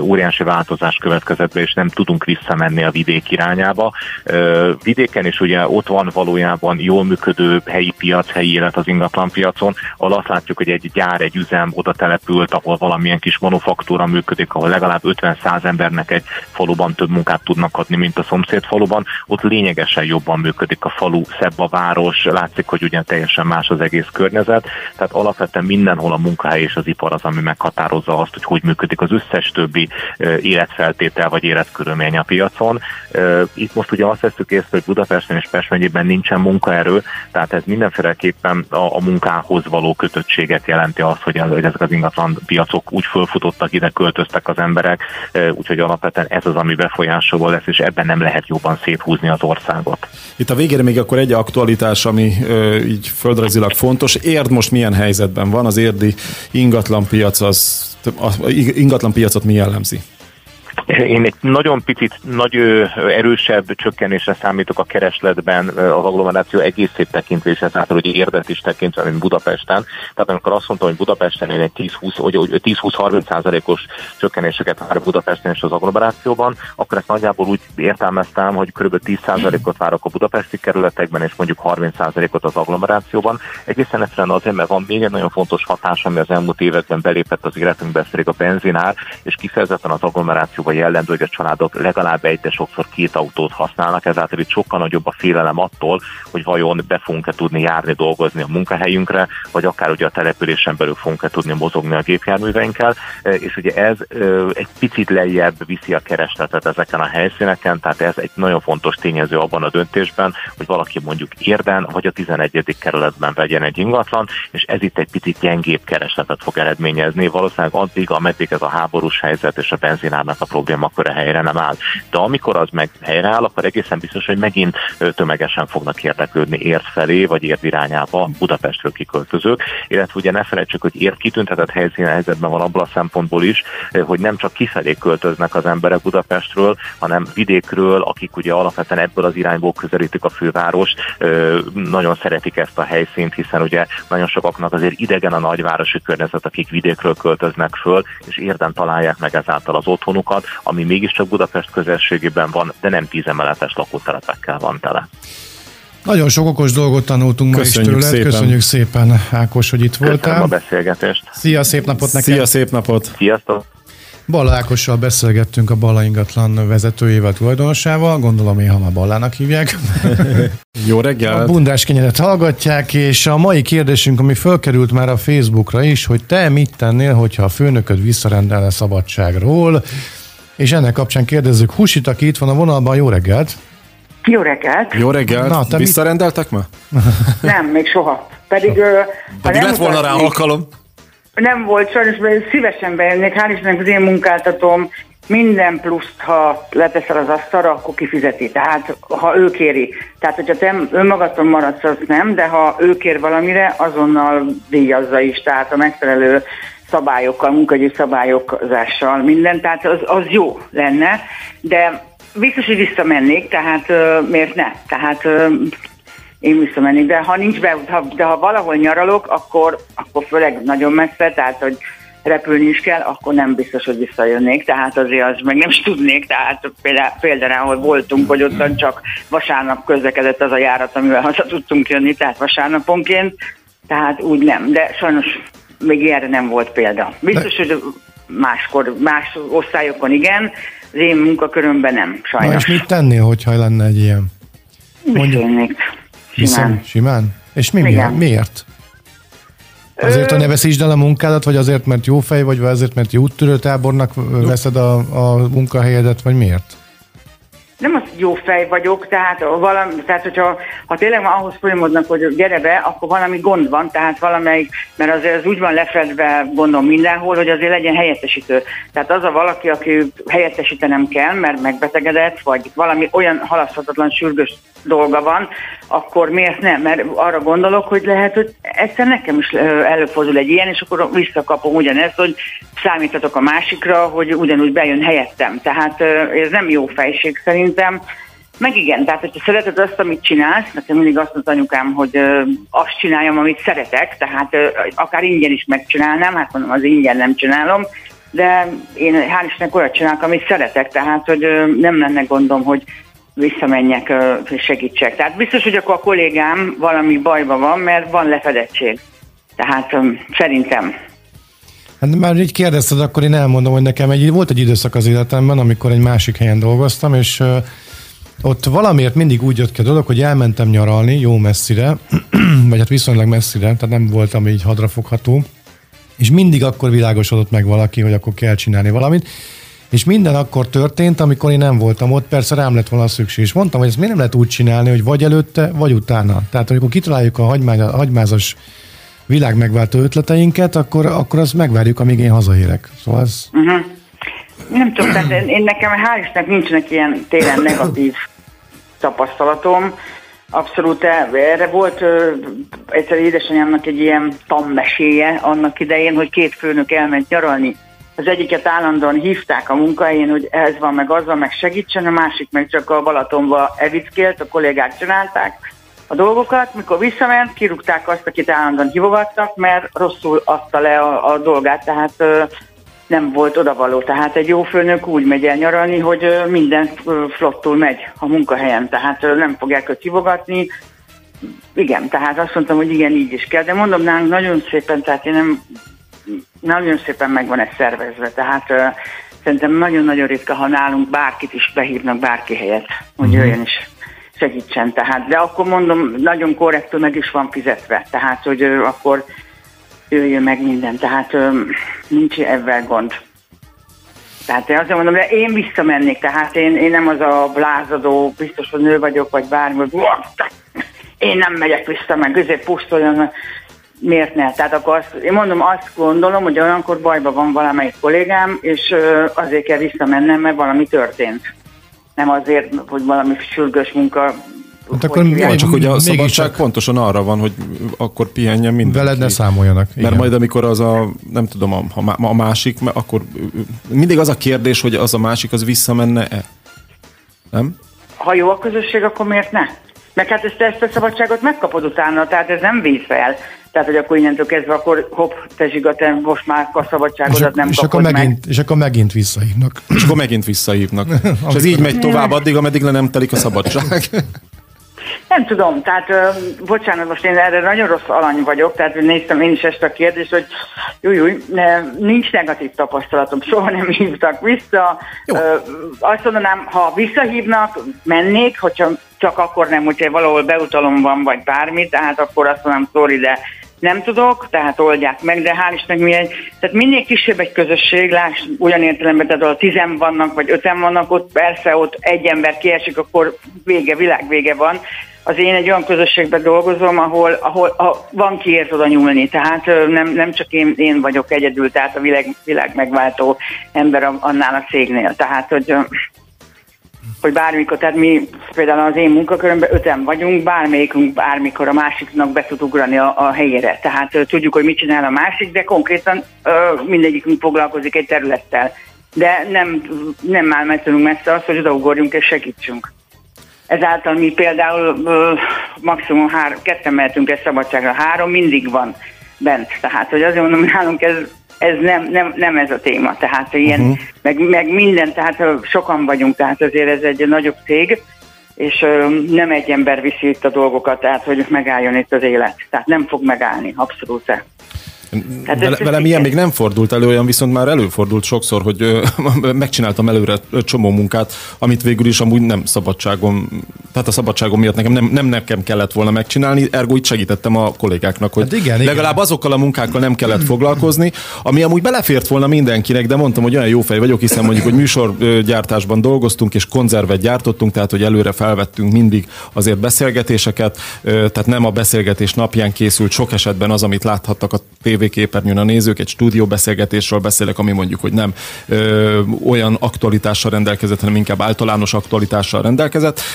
változás következett be, és nem tudunk visszamenni a vidék irányába. Vidéken is ugye ott van valójában jól működő helyi piac, helyi élet az ingatlanpiacon, ahol azt látjuk, hogy egy gyár, egy üzem oda települt, ahol valamilyen kis manufaktúra működik, ahol legalább 50-100 embernek egy faluban több munkát tudnak adni, mint a szomszéd faluban. Ott lényegesen jobban működik a falu, szebb a város, látszik, hogy ugye teljesen más az egész környezet, tehát alapvetően mindenhol a munkahely és az ipar az, ami meghatározza azt, hogy működik az összes többi életfeltétel vagy életkörülmény a piacon. Itt most ugye azt veszük észre, hogy Budapesten és Pest megyében nincsen munkaerő, tehát ez mindenféleképpen a munkához való kötöttséget jelenti azt, hogy ezek az ingatlan piacok úgy fölfutottak, ide költöztek az emberek, úgyhogy alapvetően ez az, ami befolyásoló lesz, és ebben nem lehet jobban széthúzni az országot. Itt a végére még akkor egy aktualitás, ami így földrajzilag fontos. Érd most milyen helyzetben van? Az érdi ingatlanpiacot mi jellemzi? Én egy nagyon picit, erősebb csökkenésre számítok a keresletben az agglomeráció egészét tekintve, és ezáltal, hogy Érdet is tekintve, mint Budapesten. Tehát amikor azt mondtam, hogy Budapesten én egy 10-20-30%-os csökkenéseket várok Budapesten és az agglomerációban, akkor ezt nagyjából úgy értelmeztem, hogy kb. 10%-ot várok a budapesti kerületekben, és mondjuk 30%-ot az agglomerációban. Egészen egyszerűen azért, mert van még egy nagyon fontos hatás, ami az elmúlt években belépett az életünkbe, ez pedig a benzinár, és kifejezetten az agglomerációban jellemző, hogy a családok legalább egy, de sokszor 2 autót használnak, ezáltal itt sokkal nagyobb a félelem attól, hogy vajon be fogunk-e tudni járni, dolgozni a munkahelyünkre, vagy akár ugye a településen belül fogunk-e tudni mozogni a gépjárműveinkkel, és ugye ez egy picit lejjebb viszi a keresletet ezeken a helyszíneken, tehát ez egy nagyon fontos tényező abban a döntésben, hogy valaki mondjuk Érden vagy a 11. kerületben vegyen egy ingatlan, és ez itt egy picit gyengébb keresletet fog eredményezni, valószínűleg addig, ameddig ez a háborús helyzet és a benzinárnak a probléma akkor a helyre nem áll. De amikor az meg helyreáll, akkor egészen biztos, hogy megint tömegesen fognak érdeklődni Érd felé, vagy Érd irányába Budapestről kiköltözők, illetve ugye ne felejtsük, hogy Érd kitüntetett helyzetben van abból a szempontból is, hogy nem csak kifelé költöznek az emberek Budapestről, hanem vidékről, akik ugye alapvetően ebből az irányból közelítik a fővárost, nagyon szeretik ezt a helyszínt, hiszen ugye nagyon sokaknak azért idegen a nagyvárosi környezet, akik vidékről költöznek föl, és Érden találják meg ezáltal az otthonukat, ami mégiscsak Budapest közelségében van, de nem 10 emeletes lakótelepekkel van tele. Nagyon sok okos dolgot tanultunk ma is tőled. Köszönjük szépen, Ákos, hogy itt voltál. Köszönöm a beszélgetést. Szia, szép napot neked. Szia, szép napot. Sziasztok. Balla Ákossal beszélgettünk, a Balla ingatlan vezetőjével, tulajdonosával. Gondolom, én már Ballának hívják. Jó reggelt! A Bundás Kenyeret hallgatják, és a mai kérdésünk, ami fölkerült már a Facebookra is, hogy te mit tennél, hogyha a főnököd visszarendelne szabadságról, és ennek kapcsán kérdezzük Husit, aki itt van a vonalban. Jó reggelt! Jó reggelt! Jó reggelt! Na, visszarendeltek ma? Nem, még soha. Pedig lett volna rá alkalom. Nem volt, sajnos, mert szívesen bejönnék. Hál' Istennek az én munkáltatom minden pluszt, ha leteszel az asztalra, akkor kifizeti. Tehát, ha ő kéri. Tehát, hogyha te önmagadton maradsz, az nem, de ha ő kér valamire, azonnal díjazza is. Tehát a megfelelő szabályokkal, munkahogyi szabályozással minden. Tehát az jó lenne, de biztos, hogy visszamennék, tehát miért ne? Tehát én visszamennék, de ha nincs de ha valahol nyaralok, akkor főleg nagyon messze, tehát hogy repülni is kell, akkor nem biztos, hogy visszajönnék, tehát azért az meg nem is tudnék, tehát például, ahol voltunk, hogy ottan csak vasárnap közlekedett az a járat, amivel haza tudtunk jönni, tehát vasárnaponként, tehát úgy nem, de sajnos még ilyenre nem volt példa. Biztos, hogy máskor, más osztályokon igen, az én munkakörömben nem, sajnos. Na és mit tennél, hogyha lenne egy ilyen? Visszajönnék. Simán? És miért? Azért, hogy ne veszítsd el a munkádat, vagy azért, mert jó fej vagy azért, mert jó úttörőtábornak veszed a munkahelyedet, vagy miért? Nem az jó fej vagyok, tehát hogyha tényleg ahhoz folyamodnak, hogy gyere be, akkor valami gond van, tehát valamelyik, mert azért az úgy van lefedve, gondolom mindenhol, hogy azért legyen helyettesítő. Tehát az a valaki, aki helyettesítenem kell, mert megbetegedett, vagy valami olyan halaszthatatlan sürgős dolga van, akkor miért nem? Mert arra gondolok, hogy lehet, hogy egyszer nekem is előfordul egy ilyen, és akkor visszakapom ugyanezt, hogy számíthatok a másikra, hogy ugyanúgy bejön helyettem. Tehát ez nem jó fejség szerintem. Meg igen, tehát hogyha szereted azt, amit csinálsz, nekem mindig azt mondta anyukám, hogy azt csináljam, amit szeretek, tehát akár ingyen is megcsinálnám, hát mondom, az ingyen nem csinálom, de én hál' Istennek olyat csinálok, amit szeretek, tehát hogy nem lenne gondom, hogy visszamenjek és segítsek. Tehát biztos, hogy akkor a kollégám valami bajban van, mert van lefedettség. Tehát szerintem. Hát már így kérdezted, akkor én elmondom, hogy nekem volt egy időszak az életemben, amikor egy másik helyen dolgoztam, és ott valamiért mindig úgy jött ki a dolog, hogy elmentem nyaralni jó messzire, vagy hát viszonylag messzire, tehát nem voltam így hadrafogható, és mindig akkor világosodott meg valaki, hogy akkor kell csinálni valamit, és minden akkor történt, amikor én nem voltam ott, persze rám lett volna szükség, és mondtam, hogy ezt miért nem lehet úgy csinálni, hogy vagy előtte, vagy utána. Tehát amikor kitaláljuk a hagymázas világ megváltó ötleteinket, akkor azt megvárjuk, amíg én hazaérek. Szóval ez... Nem tudom, tehát én nekem hál' Istennek nincsenek ilyen téren negatív tapasztalatom. Abszolút erre volt egyszer édesanyámnak egy ilyen tanmeséje annak idején, hogy 2 főnök elment nyaralni. Az egyiket állandóan hívták a munkahelyén, hogy ez van, meg az van, meg segítsen, a másik meg csak a Balatonba evickélt, a kollégák csinálták a dolgokat. Mikor visszament, kirúgták azt, akit állandóan hívogattak, mert rosszul adta le a dolgát, tehát nem volt odavaló. Tehát egy jó főnök úgy megy el nyaralni, hogy minden flottul megy a munkahelyen, tehát nem fogják őt hívogatni. Igen, tehát azt mondtam, hogy igen, így is kell, de mondom, nálunk nagyon szépen, tehát én nem, nagyon szépen meg van ez szervezve, tehát szerintem nagyon-nagyon ritka, ha nálunk bárkit is behívnak bárki helyet, hogy jöjjön is segítsen, tehát, de akkor mondom, nagyon korrektül meg is van fizetve, tehát, hogy akkor jöjjön meg minden, tehát nincs ebben gond. Tehát én azt mondom, de én visszamennék, tehát én nem az a lázadó, biztos, hogy nő vagyok, vagy bármi, hogy én nem megyek vissza, meg pusztuljon, miért ne? Tehát akkor én mondom, azt gondolom, hogy olyankor bajban van valamelyik kollégám, és azért kell visszamennem, mert valami történt. Nem azért, hogy valami sürgős munka. Hát akkor csak hogy a szabadság pontosan arra van, hogy akkor pihenjen mindenki. Veled ne számoljanak. Igen. Mert majd amikor az nem tudom, a másik, akkor mindig az a kérdés, hogy az a másik az visszamenne-e? Nem? Ha jó a közösség, akkor miért ne? Meg hát ezt a szabadságot megkapod utána, tehát ez nem víz fel. Tehát, hogy akkor innentől kezdve, akkor hopp, te zsiga, te most már a szabadságodat nem kapod meg. És akkor megint visszahívnak. És akkor megint visszahívnak. És ez így megy tovább addig, ameddig le nem telik a szabadság. Nem tudom, tehát bocsánat, most én erre nagyon rossz alany vagyok, tehát néztem én is ezt a kérdést, hogy nincs negatív tapasztalatom, soha nem hívtak vissza. Azt mondanám, ha visszahívnak, mennék, hogyha csak akkor nem, hogyha valahol beutalom van, vagy bármi, tehát akkor azt mondom, sorry, de nem tudok, tehát oldják meg, de hál' Istennek tehát minél kisebb egy közösség, láss, olyan értelemben, tehát ahol 10 vannak, vagy 5 vannak, ott persze ott egy ember kiesik, akkor vége, világvége van. Az én egy olyan közösségben dolgozom, ahol van kiért oda nyúlni, tehát nem csak én vagyok egyedül, tehát a világ megváltó ember annál a cégnél, tehát hogy bármikor, tehát mi például az én munkakörömben 5 vagyunk, bármelyikünk bármikor a másiknak be tud ugrani a helyére. Tehát tudjuk, hogy mit csinál a másik, de konkrétan mindegyikünk foglalkozik egy területtel. De nem áll messze az, hogy odaugorjunk és segítsünk. Ezáltal mi például maximum 2 mehetünk egy szabadságra, 3 mindig van bent. Tehát, hogy azért mondom, hogy nálunk ez nem ez a téma, tehát ilyen, meg minden, tehát sokan vagyunk, tehát azért ez egy nagyobb cég, és nem egy ember viszi itt a dolgokat, tehát hogy megálljon itt az élet. Tehát nem fog megállni, abszolút. Velem ilyen még nem fordult elő, olyan viszont már előfordult sokszor, hogy megcsináltam előre csomó munkát, amit végül is amúgy nem szabadságom, tehát a szabadságom miatt nem nekem kellett volna megcsinálni, ergo itt segítettem a kollégáknak, hogy hát igen, legalább azokkal a munkákkal nem kellett foglalkozni, ami amúgy belefért volna mindenkinek, de mondtam, hogy olyan jó fej vagyok, hiszen mondjuk, hogy műsorgyártásban dolgoztunk, és konzervet gyártottunk, tehát hogy előre felvettünk mindig azért beszélgetéseket, tehát nem a beszélgetés napján készült sok esetben az, amit láthattak a tévéképernyőn a nézők, egy stúdióbeszélgetésről beszélek, ami mondjuk, hogy nem olyan aktualitással rendelkezett, hanem inkább általános aktualitással rendelkezett, és akkor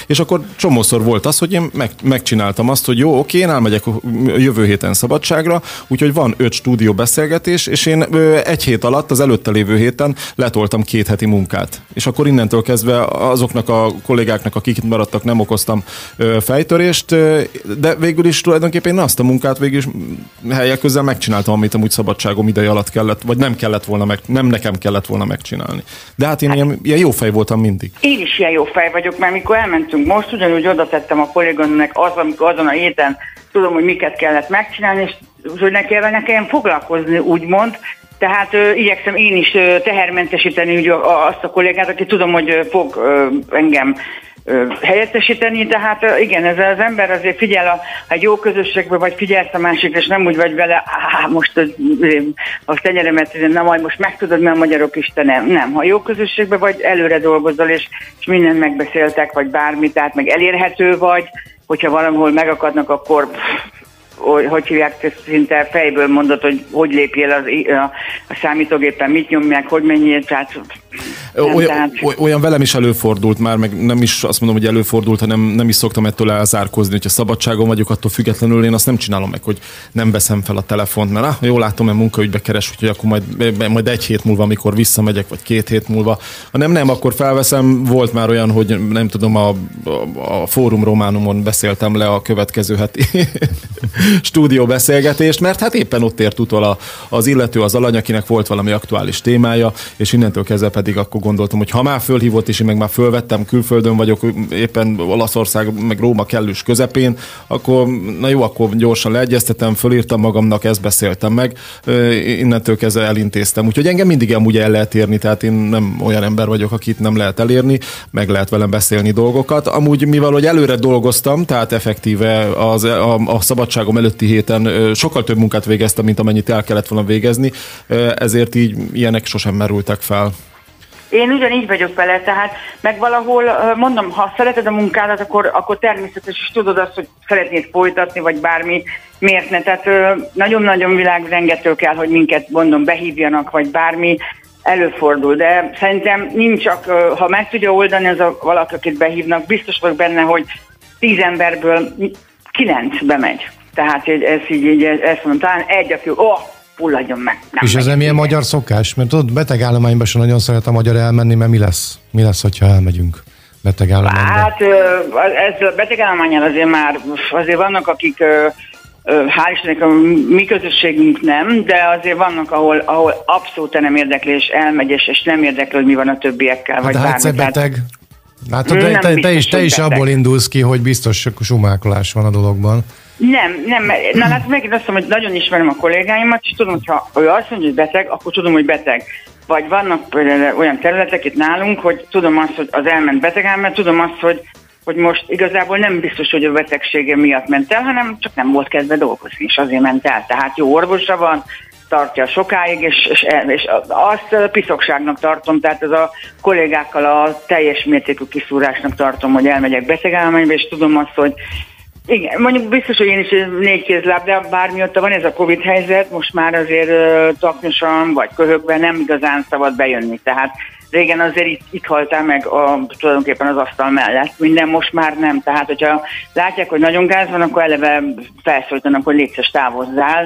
csomószor volt az, hogy én megcsináltam azt, hogy jó, oké, én elmegyek jövő héten szabadságra, úgyhogy van 5 stúdió beszélgetés, és én egy hét alatt, az előtte lévő héten letoltam 2 heti munkát. És akkor innentől kezdve azoknak a kollégáknak, akik itt maradtak, nem okoztam fejtörést, de végül is tulajdonképpen én azt a munkát végül is helyek közel megcsináltam, amit amúgy szabadságom ideje alatt kellett, vagy nem nekem kellett volna megcsinálni. De hát én ilyen jó fej voltam mindig. Én is ilyen jó fej vagyok, mert mikor elmentünk most, ugyanúgy oda tettem a kolléganőnek amikor azon a héten tudom, hogy miket kellett megcsinálni, és hogy nekem foglalkozni, úgymond. Tehát igyekszem én is tehermentesíteni ugye, azt a kollégát, aki tudom, hogy fog engem helyettesíteni, tehát igen, ez az ember azért figyel egy jó közösségbe, vagy figyelsz a másikra, és nem úgy vagy vele, most a tenyeremet, na majd most megtudod, mert a magyarok is, te nem. Ha jó közösségbe vagy, előre dolgozol, és mindent megbeszéltek, vagy bármi, tehát meg elérhető vagy, hogyha valahol megakadnak, akkor hogy hívják, szinte fejből mondod, hogy lépjél a számítógépen, mit nyomják, hogy menjél, tehát... Olyan velem is előfordult már, meg nem is azt mondom, hogy előfordult, hanem nem is szoktam ettől elzárkózni, hogyha szabadságon vagyok, attól függetlenül én azt nem csinálom meg, hogy nem veszem fel a telefont, mert jól látom, mert munkaügybe keres, úgyhogy akkor majd 1 hét múlva, amikor visszamegyek, vagy 2 hét múlva, hanem nem, akkor felveszem. Volt már olyan, hogy nem tudom, a Fórum Románumon beszéltem le a következő heti stúdióbeszélgetést, mert hát éppen ott ért utol az illető, az alany, akinek volt valami aktuális témája, és innentől kezdve pedig akkor gondoltam, hogy ha már fölhívott, és én meg már fölvettem, külföldön vagyok, éppen Olaszország, meg Róma kellős közepén, akkor na jó, akkor gyorsan leegyeztetem, fölírtam magamnak, ezt beszéltem meg, innentől kezdve elintéztem. Úgyhogy engem mindig amúgy el lehet érni, tehát én nem olyan ember vagyok, akit nem lehet elérni, meg lehet velem beszélni dolgokat. Amúgy mivel, hogy előre dolgoztam, tehát effektíve a szabadságom előtti héten sokkal több munkát végeztem, mint amennyit el kellett volna végezni, ezért így ilyenek sosem merültek fel. Én ugyanígy vagyok vele, tehát meg valahol, mondom, ha szereted a munkádat, akkor természetes, és tudod azt, hogy szeretnéd folytatni, vagy bármi, miért ne? Tehát nagyon-nagyon világrengetől kell, hogy minket, mondom, behívjanak, vagy bármi, előfordul, de szerintem nincs csak, ha meg tudja oldani az a valaki, akit behívnak, biztos vagyok benne, hogy 10 emberből 9 bemegy. Tehát ezt mondom, talán egy, aki fulladjon meg. És ez nem ilyen magyar szokás? Mert tudod, betegállományban sem nagyon szeret a magyar elmenni, mert mi lesz? Mi lesz, hogyha elmegyünk betegállományba? Hát ezzel a betegállománnyal azért vannak, akik hál' Istennek a mi közösségünk nem, de azért vannak, ahol abszolút nem érdekli, és elmegy, és nem érdekli, hogy mi van a többiekkel, vagy bármi. Hát beteg. Látod, te is abból indulsz ki, hogy biztos sumákolás van a dologban. Nem. Na hát megint azt mondom, hogy nagyon ismerem a kollégáimat, és tudom, hogy ha ő azt mondja, hogy beteg, akkor tudom, hogy beteg. Vagy vannak például olyan területek itt nálunk, hogy tudom azt, hogy az elment beteg, mert tudom azt, hogy most igazából nem biztos, hogy a betegsége miatt ment el, hanem csak nem volt kedve dolgozni, és azért ment el. Tehát jó orvosra van, tartja sokáig, és azt piszokságnak tartom, tehát ez a kollégákkal a teljes mértékű kiszúrásnak tartom, hogy elmegyek betegállományba, és tudom azt, hogy igen, mondjuk biztos, hogy én is 4 kézláb, de bármióta van ez a Covid helyzet, most már azért taknyosan vagy köhögben nem igazán szabad bejönni. Tehát régen azért itt haltál meg tulajdonképpen az asztal mellett. Minden most már nem. Tehát, hogyha látják, hogy nagyon gáz van, akkor eleve felszólítanak, hogy létszes távozzál,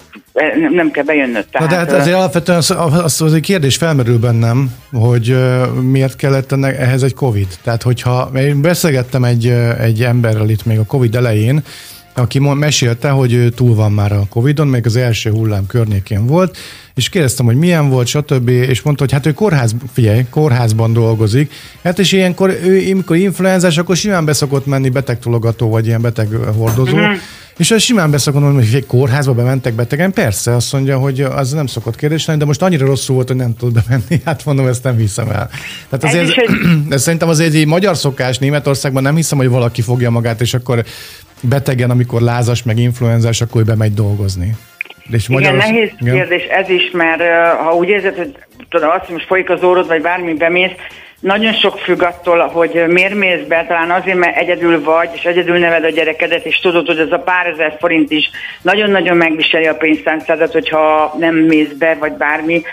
nem kell bejönnöd. Tehát, de hát azért alapvetően az egy kérdés felmerül bennem, hogy miért kellett ehhez egy Covid. Tehát, hogyha én beszélgettem egy emberrel itt még a Covid elején, aki mesélte, hogy ő túl van már a Covidon, még az első hullám környékén volt, és kérdeztem, hogy milyen volt, stb. És mondta, hogy hát ő kórházban dolgozik. Hát és ilyenkor, amikor influenzás, akkor simán beszokott menni betegtulogató, vagy ilyen beteghordozó, és az simán beszokott mondani, hogy egy kórházba bementek betegen. Persze, azt mondja, hogy az nem szokott kérdés lenni, de most annyira rosszul volt, hogy nem tud bemenni. Hát mondom, ezt nem hiszem el. Tehát azért, ez szerintem azért egy magyar szokás Németországban, nem hiszem, hogy valaki fogja magát, és akkor betegen, amikor lázas, meg influenzás, akkor ő bemegy dolgozni. És igen, nehéz kérdés ez is, mert ha úgy érzed, hogy tudom, azt, hogy most folyik az órod, vagy bármi bemész, nagyon sok függ attól, hogy miért mész be, talán azért, mert egyedül vagy, és egyedül neved a gyerekedet, és tudod, hogy ez a pár ezer forint is nagyon-nagyon megviseli a pénztárcádat, hogyha nem mész be, vagy bármi.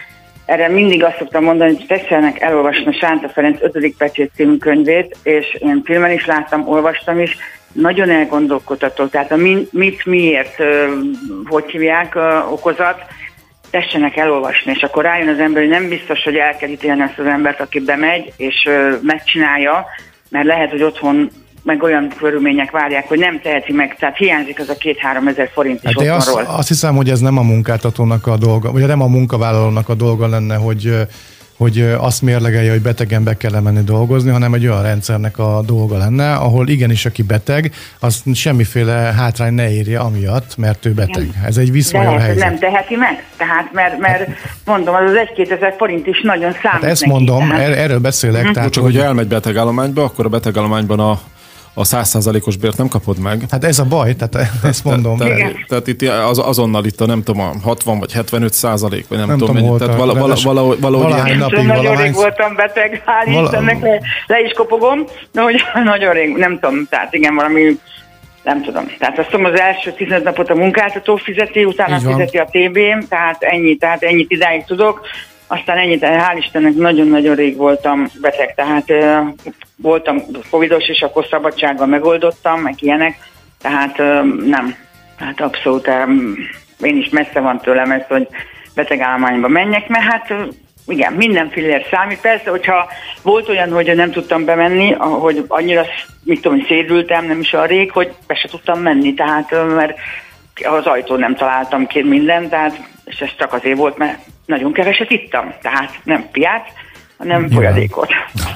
erre mindig azt szoktam mondani, hogy tessenek elolvasni Sánta Ferenc 5. Pecsét című könyvét, és én filmen is láttam, olvastam is, nagyon elgondolkodható, tehát a mit, miért, hogy hívják, okozat, tessenek elolvasni, és akkor rájön az ember, hogy nem biztos, hogy el kell ítélni azt az embert, aki bemegy, és megcsinálja, mert lehet, hogy otthon meg olyan körülmények várják, hogy nem teheti meg, tehát hiányzik az a 2-3 ezer forint is hát otthonról. Azt hiszem, hogy ez nem a munkáltatónak a dolga, vagy nem a munkavállalónak a dolga lenne, hogy azt mérlegelje, hogy betegen be kell menni dolgozni, hanem egy olyan rendszernek a dolga lenne, ahol igenis, aki beteg, az semmiféle hátrány ne érje amiatt, mert ő beteg. Ez egy viszonylag helyzet. Nem teheti meg? Tehát, mert mondom, az 1-2 ezer forint is nagyon számít hát ezt neki, mondom, tehát. erről beszélek. Tehát, csak hogy elmegy betegállományba, akkor a betegállományban a 100%-os bért nem kapod meg. Hát ez a baj, tehát ezt mondom. Tehát itt azonnal itt a nem tudom, a 60 vagy 75%, vagy nem tudom mennyi. Tehát valahány napig nagyon rég voltam beteg, hál' Istennek, le is kopogom, de hogy nagyon rég, nem tudom, tehát igen, valami, nem tudom. Tehát azt mondom, az első 15 napot a munkáltató fizeti, utána fizeti a TB-m, tehát ennyit idáig tudok. Aztán ennyit, hál' Istennek nagyon-nagyon rég voltam beteg, tehát voltam covidos, és akkor szabadsággal megoldottam, meg ilyenek, tehát nem. Tehát abszolút én is messze van tőlem ez, hogy betegállományba menjek, mert hát igen, minden fillér számít. Persze, hogyha volt olyan, hogy nem tudtam bemenni, hogy annyira, mit tudom, szédültem, nem is olyan rég, hogy be se tudtam menni, tehát mert az ajtón nem találtam ki mindent, tehát, és ez csak azért volt, mert nagyon keveset ittam, tehát nem piát, hanem folyadékot.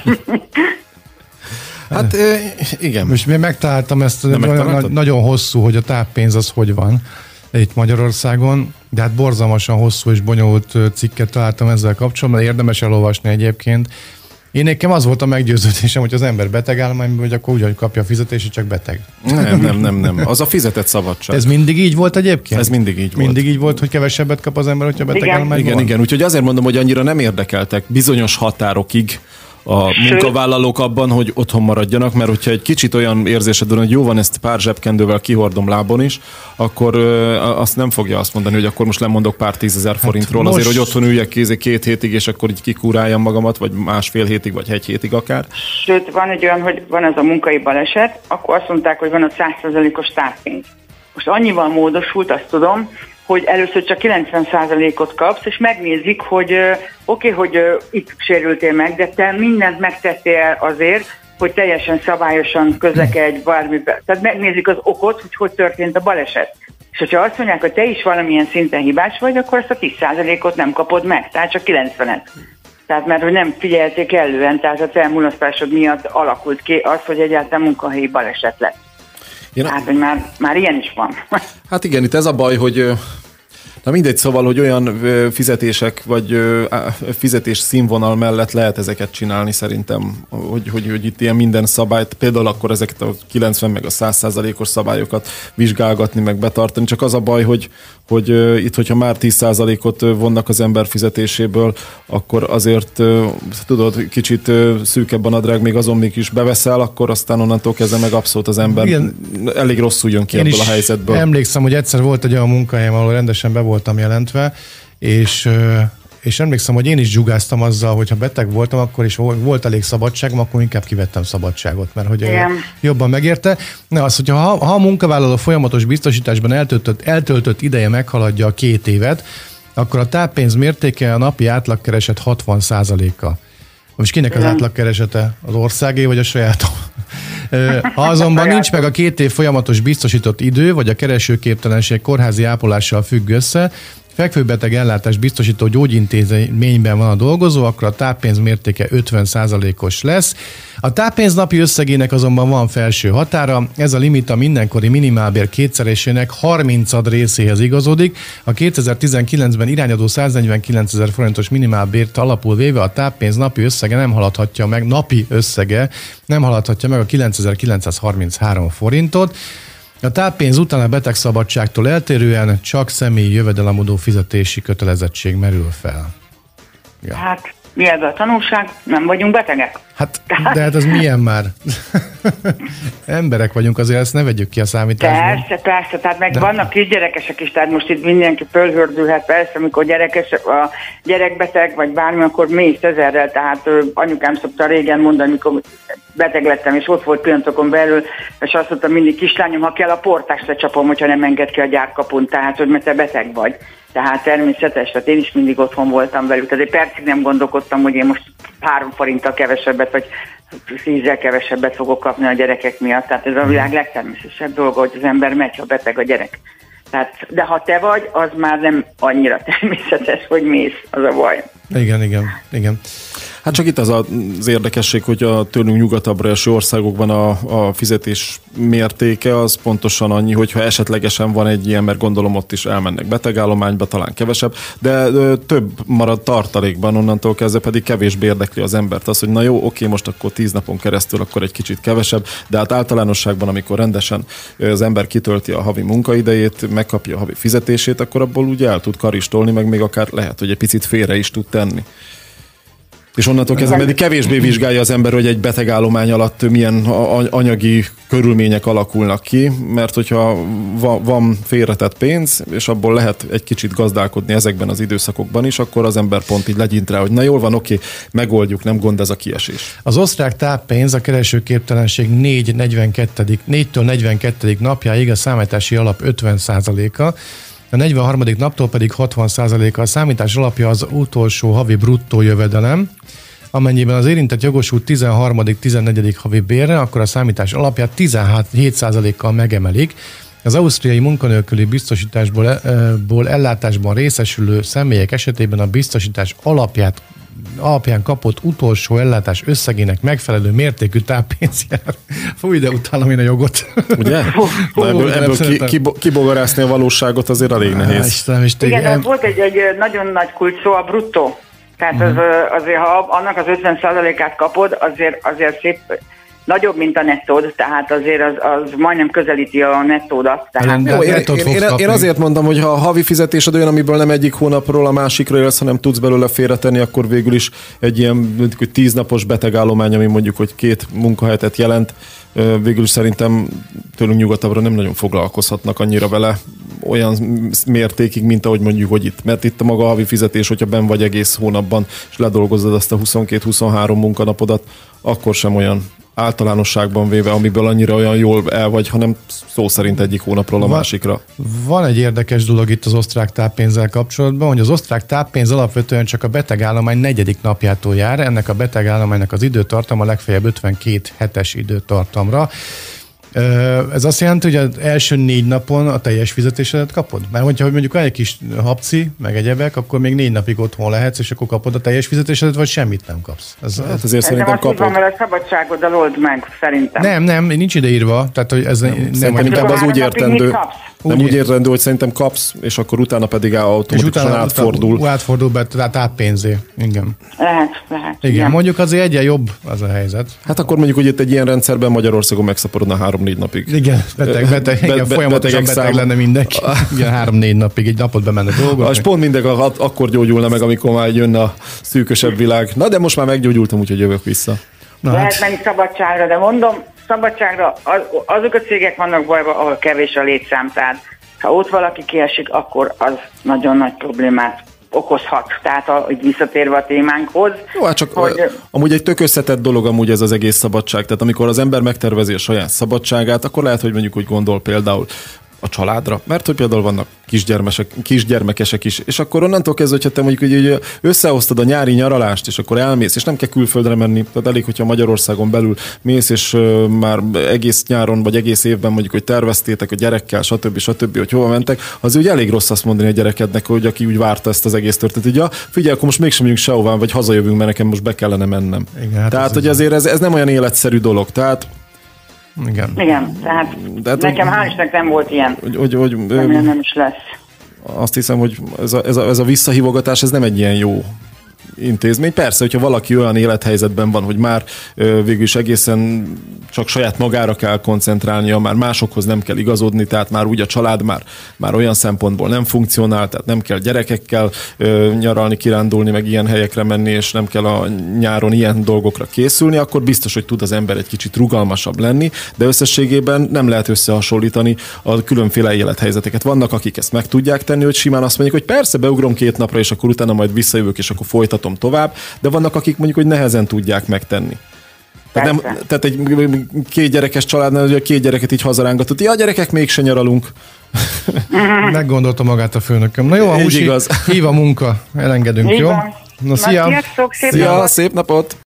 Hát igen. Most még megtaláltam ezt, nagyon hosszú, hogy a táppénz az hogy van itt Magyarországon, de hát borzalmasan hosszú és bonyolult cikket találtam ezzel kapcsolatban, érdemes elolvasni egyébként. Én nekem az volt a meggyőződésem, hogy az ember betegállományban, hogy akkor úgy kapja a fizetését, csak beteg. Nem. Az a fizetett szabadság. Ez mindig így volt egyébként? Ez mindig így volt. Mindig így volt, hogy kevesebbet kap az ember, hogyha betegállományban van? Igen. Úgyhogy azért mondom, hogy annyira nem érdekeltek bizonyos határokig a munkavállalók abban, hogy otthon maradjanak, mert hogyha egy kicsit olyan érzésed van, hogy jó van, ezt pár zsebkendővel kihordom lábon is, akkor azt nem fogja azt mondani, hogy akkor most lemondok pár 10 000 forintról hát azért, hogy otthon üljek 2 hétig, és akkor így kikúráljam magamat, vagy 1,5 hétig, vagy 1 hétig akár. Sőt, van egy olyan, hogy van az a munkai baleset, akkor azt mondták, hogy van a 100%-os távpénz. Most annyival módosult, azt tudom, hogy először csak 90%-ot kapsz, és megnézik, hogy oké, hogy itt sérültél meg, de te mindent megtettél azért, hogy teljesen szabályosan közlekedj bármiben. Tehát megnézik az okot, hogy történt a baleset. És hogyha azt mondják, hogy te is valamilyen szinten hibás vagy, akkor ezt a 10%-ot nem kapod meg, tehát csak 90-et. Tehát mert hogy nem figyelték elően, tehát a te mulasztásod miatt alakult ki az, hogy egyáltalán munkahelyi baleset lett. Hát, hogy már ilyen is van. Hát igen, itt ez a baj, hogy na mindegy, szóval, hogy olyan fizetések, vagy fizetés színvonal mellett lehet ezeket csinálni szerintem, hogy itt ilyen minden szabályt, például akkor ezeket a 90 meg a 100%-os szabályokat vizsgálgatni, meg betartani, csak az a baj, hogy itt, hogyha már 10%-ot vonnak az ember fizetéséből, akkor azért, tudod, kicsit szűkebb a nadrág, még azon még is beveszel, akkor aztán onnantól kezdve meg abszolút az ember elég rosszul jön ki ebből a helyzetből. Emlékszem, hogy egyszer volt egy olyan munkahelyem, ahol rendesen be voltam jelentve, és emlékszem, hogy én is dzsugáztam azzal, hogy ha beteg voltam, akkor is volt elég szabadságom, akkor inkább kivettem szabadságot, mert hogy jobban megérte. Na az, hogyha ha a munkavállaló folyamatos biztosításban eltöltött ideje meghaladja a 2 évet, akkor a táppénz mértéke a napi átlagkereset 60%-a. Most kinek az átlagkeresete? Az országé vagy a sajátom? Ha azonban nincs meg a 2 év folyamatos biztosított idő, vagy a keresőképtelenség kórházi ápolással függ össze, fekvőbeteg ellátást biztosító gyógyintézményben van a dolgozó, akkor a táppénz mértéke 50%-os lesz. A táppénz napi összegének azonban van felső határa, ez a limit a mindenkori minimálbér kétszeresének 30 részéhez igazodik. A 2019-ben irányadó 149 000 forintos minimálbért alapul véve a táppénz napi összege nem haladhatja meg a 9933 forintot. A táppénz után a betegszabadságtól eltérően csak személyi jövedelemadó fizetési kötelezettség merül fel. Ja. Hát Mi ez a tanulság? Nem vagyunk betegek. Hát, de hát az milyen már? Emberek vagyunk, azért ezt ne vegyük ki a számításból. Persze, tehát meg vannak kisgyerekesek is, tehát most itt mindenki fölhördülhet, persze, amikor a gyerekbeteg, vagy bármi, akkor mész ezerrel, tehát anyukám szokta régen mondani, amikor beteg lettem, és ott volt pillanatokon belül, és azt mondta mindig, kislányom, ha kell, a portást lecsapom, hogyha nem enged ki a gyárkapun, tehát, hogy mert te beteg vagy. Tehát természetes, tehát én is mindig otthon voltam velük, tehát egy percig nem gondolkodtam, hogy én most 3 forinttal kevesebbet, vagy 10-zel kevesebbet fogok kapni a gyerekek miatt. Tehát ez a világ legtermészetesebb dolga, hogy az ember megy, ha beteg a gyerek. Tehát, de ha te vagy, az már nem annyira természetes, hogy mész, az a baj. Igen. Hát csak itt az érdekesség, hogy a tőlünk nyugatabbra eső országokban a fizetés mértéke az pontosan annyi, hogyha esetlegesen van egy ilyen, mert gondolom ott is elmennek betegállományba, talán kevesebb, de több marad tartalékban, onnantól kezdve pedig kevésbé érdekli az embert az, hogy na jó, oké, most akkor 10 napon keresztül akkor egy kicsit kevesebb, de hát általánosságban, amikor rendesen az ember kitölti a havi munkaidejét, megkapja a havi fizetését, akkor abból ugye el tud karistolni, meg még akár lehet, hogy egy picit félre is tud tenni. És onnantól kezdve pedig kevésbé vizsgálja az ember, hogy egy betegállomány alatt milyen anyagi körülmények alakulnak ki, mert hogyha van félretett pénz, és abból lehet egy kicsit gazdálkodni ezekben az időszakokban is, akkor az ember pont így legyint rá, hogy na jól van, oké, megoldjuk, nem gond ez a kiesés. Az osztrák táppénz a keresőképtelenség 4-től 42. napjáig a számítási alap 50%-a, a 43. naptól pedig 60%-a. A számítás alapja az utolsó havi bruttó jövedelem. Amennyiben az érintett jogosult 13.-14. havi bérre, akkor a számítás alapját 17%-kal megemelik. Az ausztriai munkanélküli biztosításból ellátásban részesülő személyek esetében a biztosítás alapján kapott utolsó ellátás összegének megfelelő mértékű táppénz jár. Fú, ide utálom én a jogot. Ugye? Ebből kibogarászni a valóságot azért elég nehéz. Istenem, igen, volt egy nagyon nagy kulcs szó, a bruttó. Tehát azért, ha annak az 50%-át kapod, azért szép, nagyobb, mint a nettód, tehát azért az majdnem közelíti a nettódat. Én azért mondom, hogy ha a havi fizetésed olyan, amiből nem egyik hónapról a másikra élsz, hanem tudsz belőle félretenni, akkor végül is egy ilyen 10 napos betegállomány, ami mondjuk, hogy 2 munkahetet jelent, végül is szerintem tőlünk nyugatabbra nem nagyon foglalkozhatnak annyira vele olyan mértékig, mint ahogy mondjuk, hogy itt. Mert itt a maga havi fizetés, hogyha benn vagy egész hónapban, és ledolgozod azt a 22-23 munkanapodat, akkor sem olyan általánosságban véve, amiből annyira olyan jól el vagy, hanem szó szerint egyik hónapról a másikra. Van egy érdekes dolog itt az osztrák táppénzzel kapcsolatban, hogy az osztrák táppénz alapvetően csak a betegállomány 4. napjától jár, ennek a betegállománynak az időtartama legfeljebb 52 hetes időtartamra. Ez azt jelenti, hogy az első 4 napon a teljes fizetésedet kapod? Mert hogyha mondjuk van egy kis hapci, meg egyebek, akkor még 4 napig otthon lehetsz, és akkor kapod a teljes fizetésedet, vagy semmit nem kapsz. Hát azért szerintem kapod. Van, mert a szabadságoddal old meg, szerintem. Nem, nincs ide írva. Tehát, hogy ez nem inkább az úgy értendő. Nem úgy értendő, hogy szerintem kapsz, és akkor utána pedig automatikusan átfordul. Átfordul be, tehát áttpénzé. Igen. Lehet. Igen, mondjuk azért egyen jobb az a helyzet. Hát akkor mondjuk, hogy itt egy ilyen rendszerben Magyarországon megszaporodna 3-4 napig. Igen, beteg, folyamatosan beteg lenne mindenki. Igen, 3-4 napig, egy napot bemenne dolgozni. És pont mindegy, akkor gyógyulna meg, amikor már jönne a szűkösebb világ. Na, de most már meggyógyultam, úgyhogy jövök vissza. Lehet menni szabadságra, de mondom, szabadságra azok a cégek vannak bajban, ahol kevés a létszám, tehát ha ott valaki kiesik, akkor az nagyon nagy problémát okozhat. Tehát hogy visszatérve a témánkhoz. Jó, hát csak amúgy egy tök összetett dolog amúgy ez az egész szabadság. Tehát amikor az ember megtervezi a saját szabadságát, akkor lehet, hogy mondjuk úgy gondol például a családra, mert hogy például vannak kisgyermekesek is, és akkor onnantól kezdve, hogyha te mondjuk hogy összehoztad a nyári nyaralást, és akkor elmész, és nem kell külföldre menni, tehát elég, hogyha Magyarországon belül mész, és már egész nyáron, vagy egész évben mondjuk, hogy terveztétek a gyerekkel, stb., hogy hova mentek, az úgy elég rossz azt mondani a gyerekednek, hogy aki úgy várta ezt az egész történetet, hogy figyelj, akkor most mégsem megyünk sehová, vagy hazajövünk, mert nekem most be kellene mennem. Igen, hát tehát, hogy azért ez nem olyan életszerű dolog, tehát Igen, tehát nekem hál' Istennek nem volt ilyen. Nem is lesz. Azt hiszem, hogy ez a visszahívogatás, ez nem egy ilyen jó intézmény. Persze, hogyha valaki olyan élethelyzetben van, hogy már végül is egészen csak saját magára kell koncentrálnia, már másokhoz nem kell igazodni, tehát már úgy a család már olyan szempontból nem funkcionál, tehát nem kell gyerekekkel nyaralni, kirándulni, meg ilyen helyekre menni, és nem kell a nyáron ilyen dolgokra készülni, akkor biztos, hogy tud az ember egy kicsit rugalmasabb lenni, de összességében nem lehet összehasonlítani a különféle élethelyzeteket. Vannak, akik ezt meg tudják tenni, hogy simán azt mondják, hogy persze beugrom 2 napra, és akkor utána majd visszajövök, és akkor folytatom tovább, de vannak, akik mondjuk, hogy nehezen tudják megtenni. Tehát egy 2 gyerekes családnál, hogy a 2 gyereket így hazarángatott. Ja, gyerekek, mégse nyaralunk. Meggondolta magát a főnököm. Na jó, a Husi, hív a munka, elengedünk, jó? Na, szia! Szia, szép napot!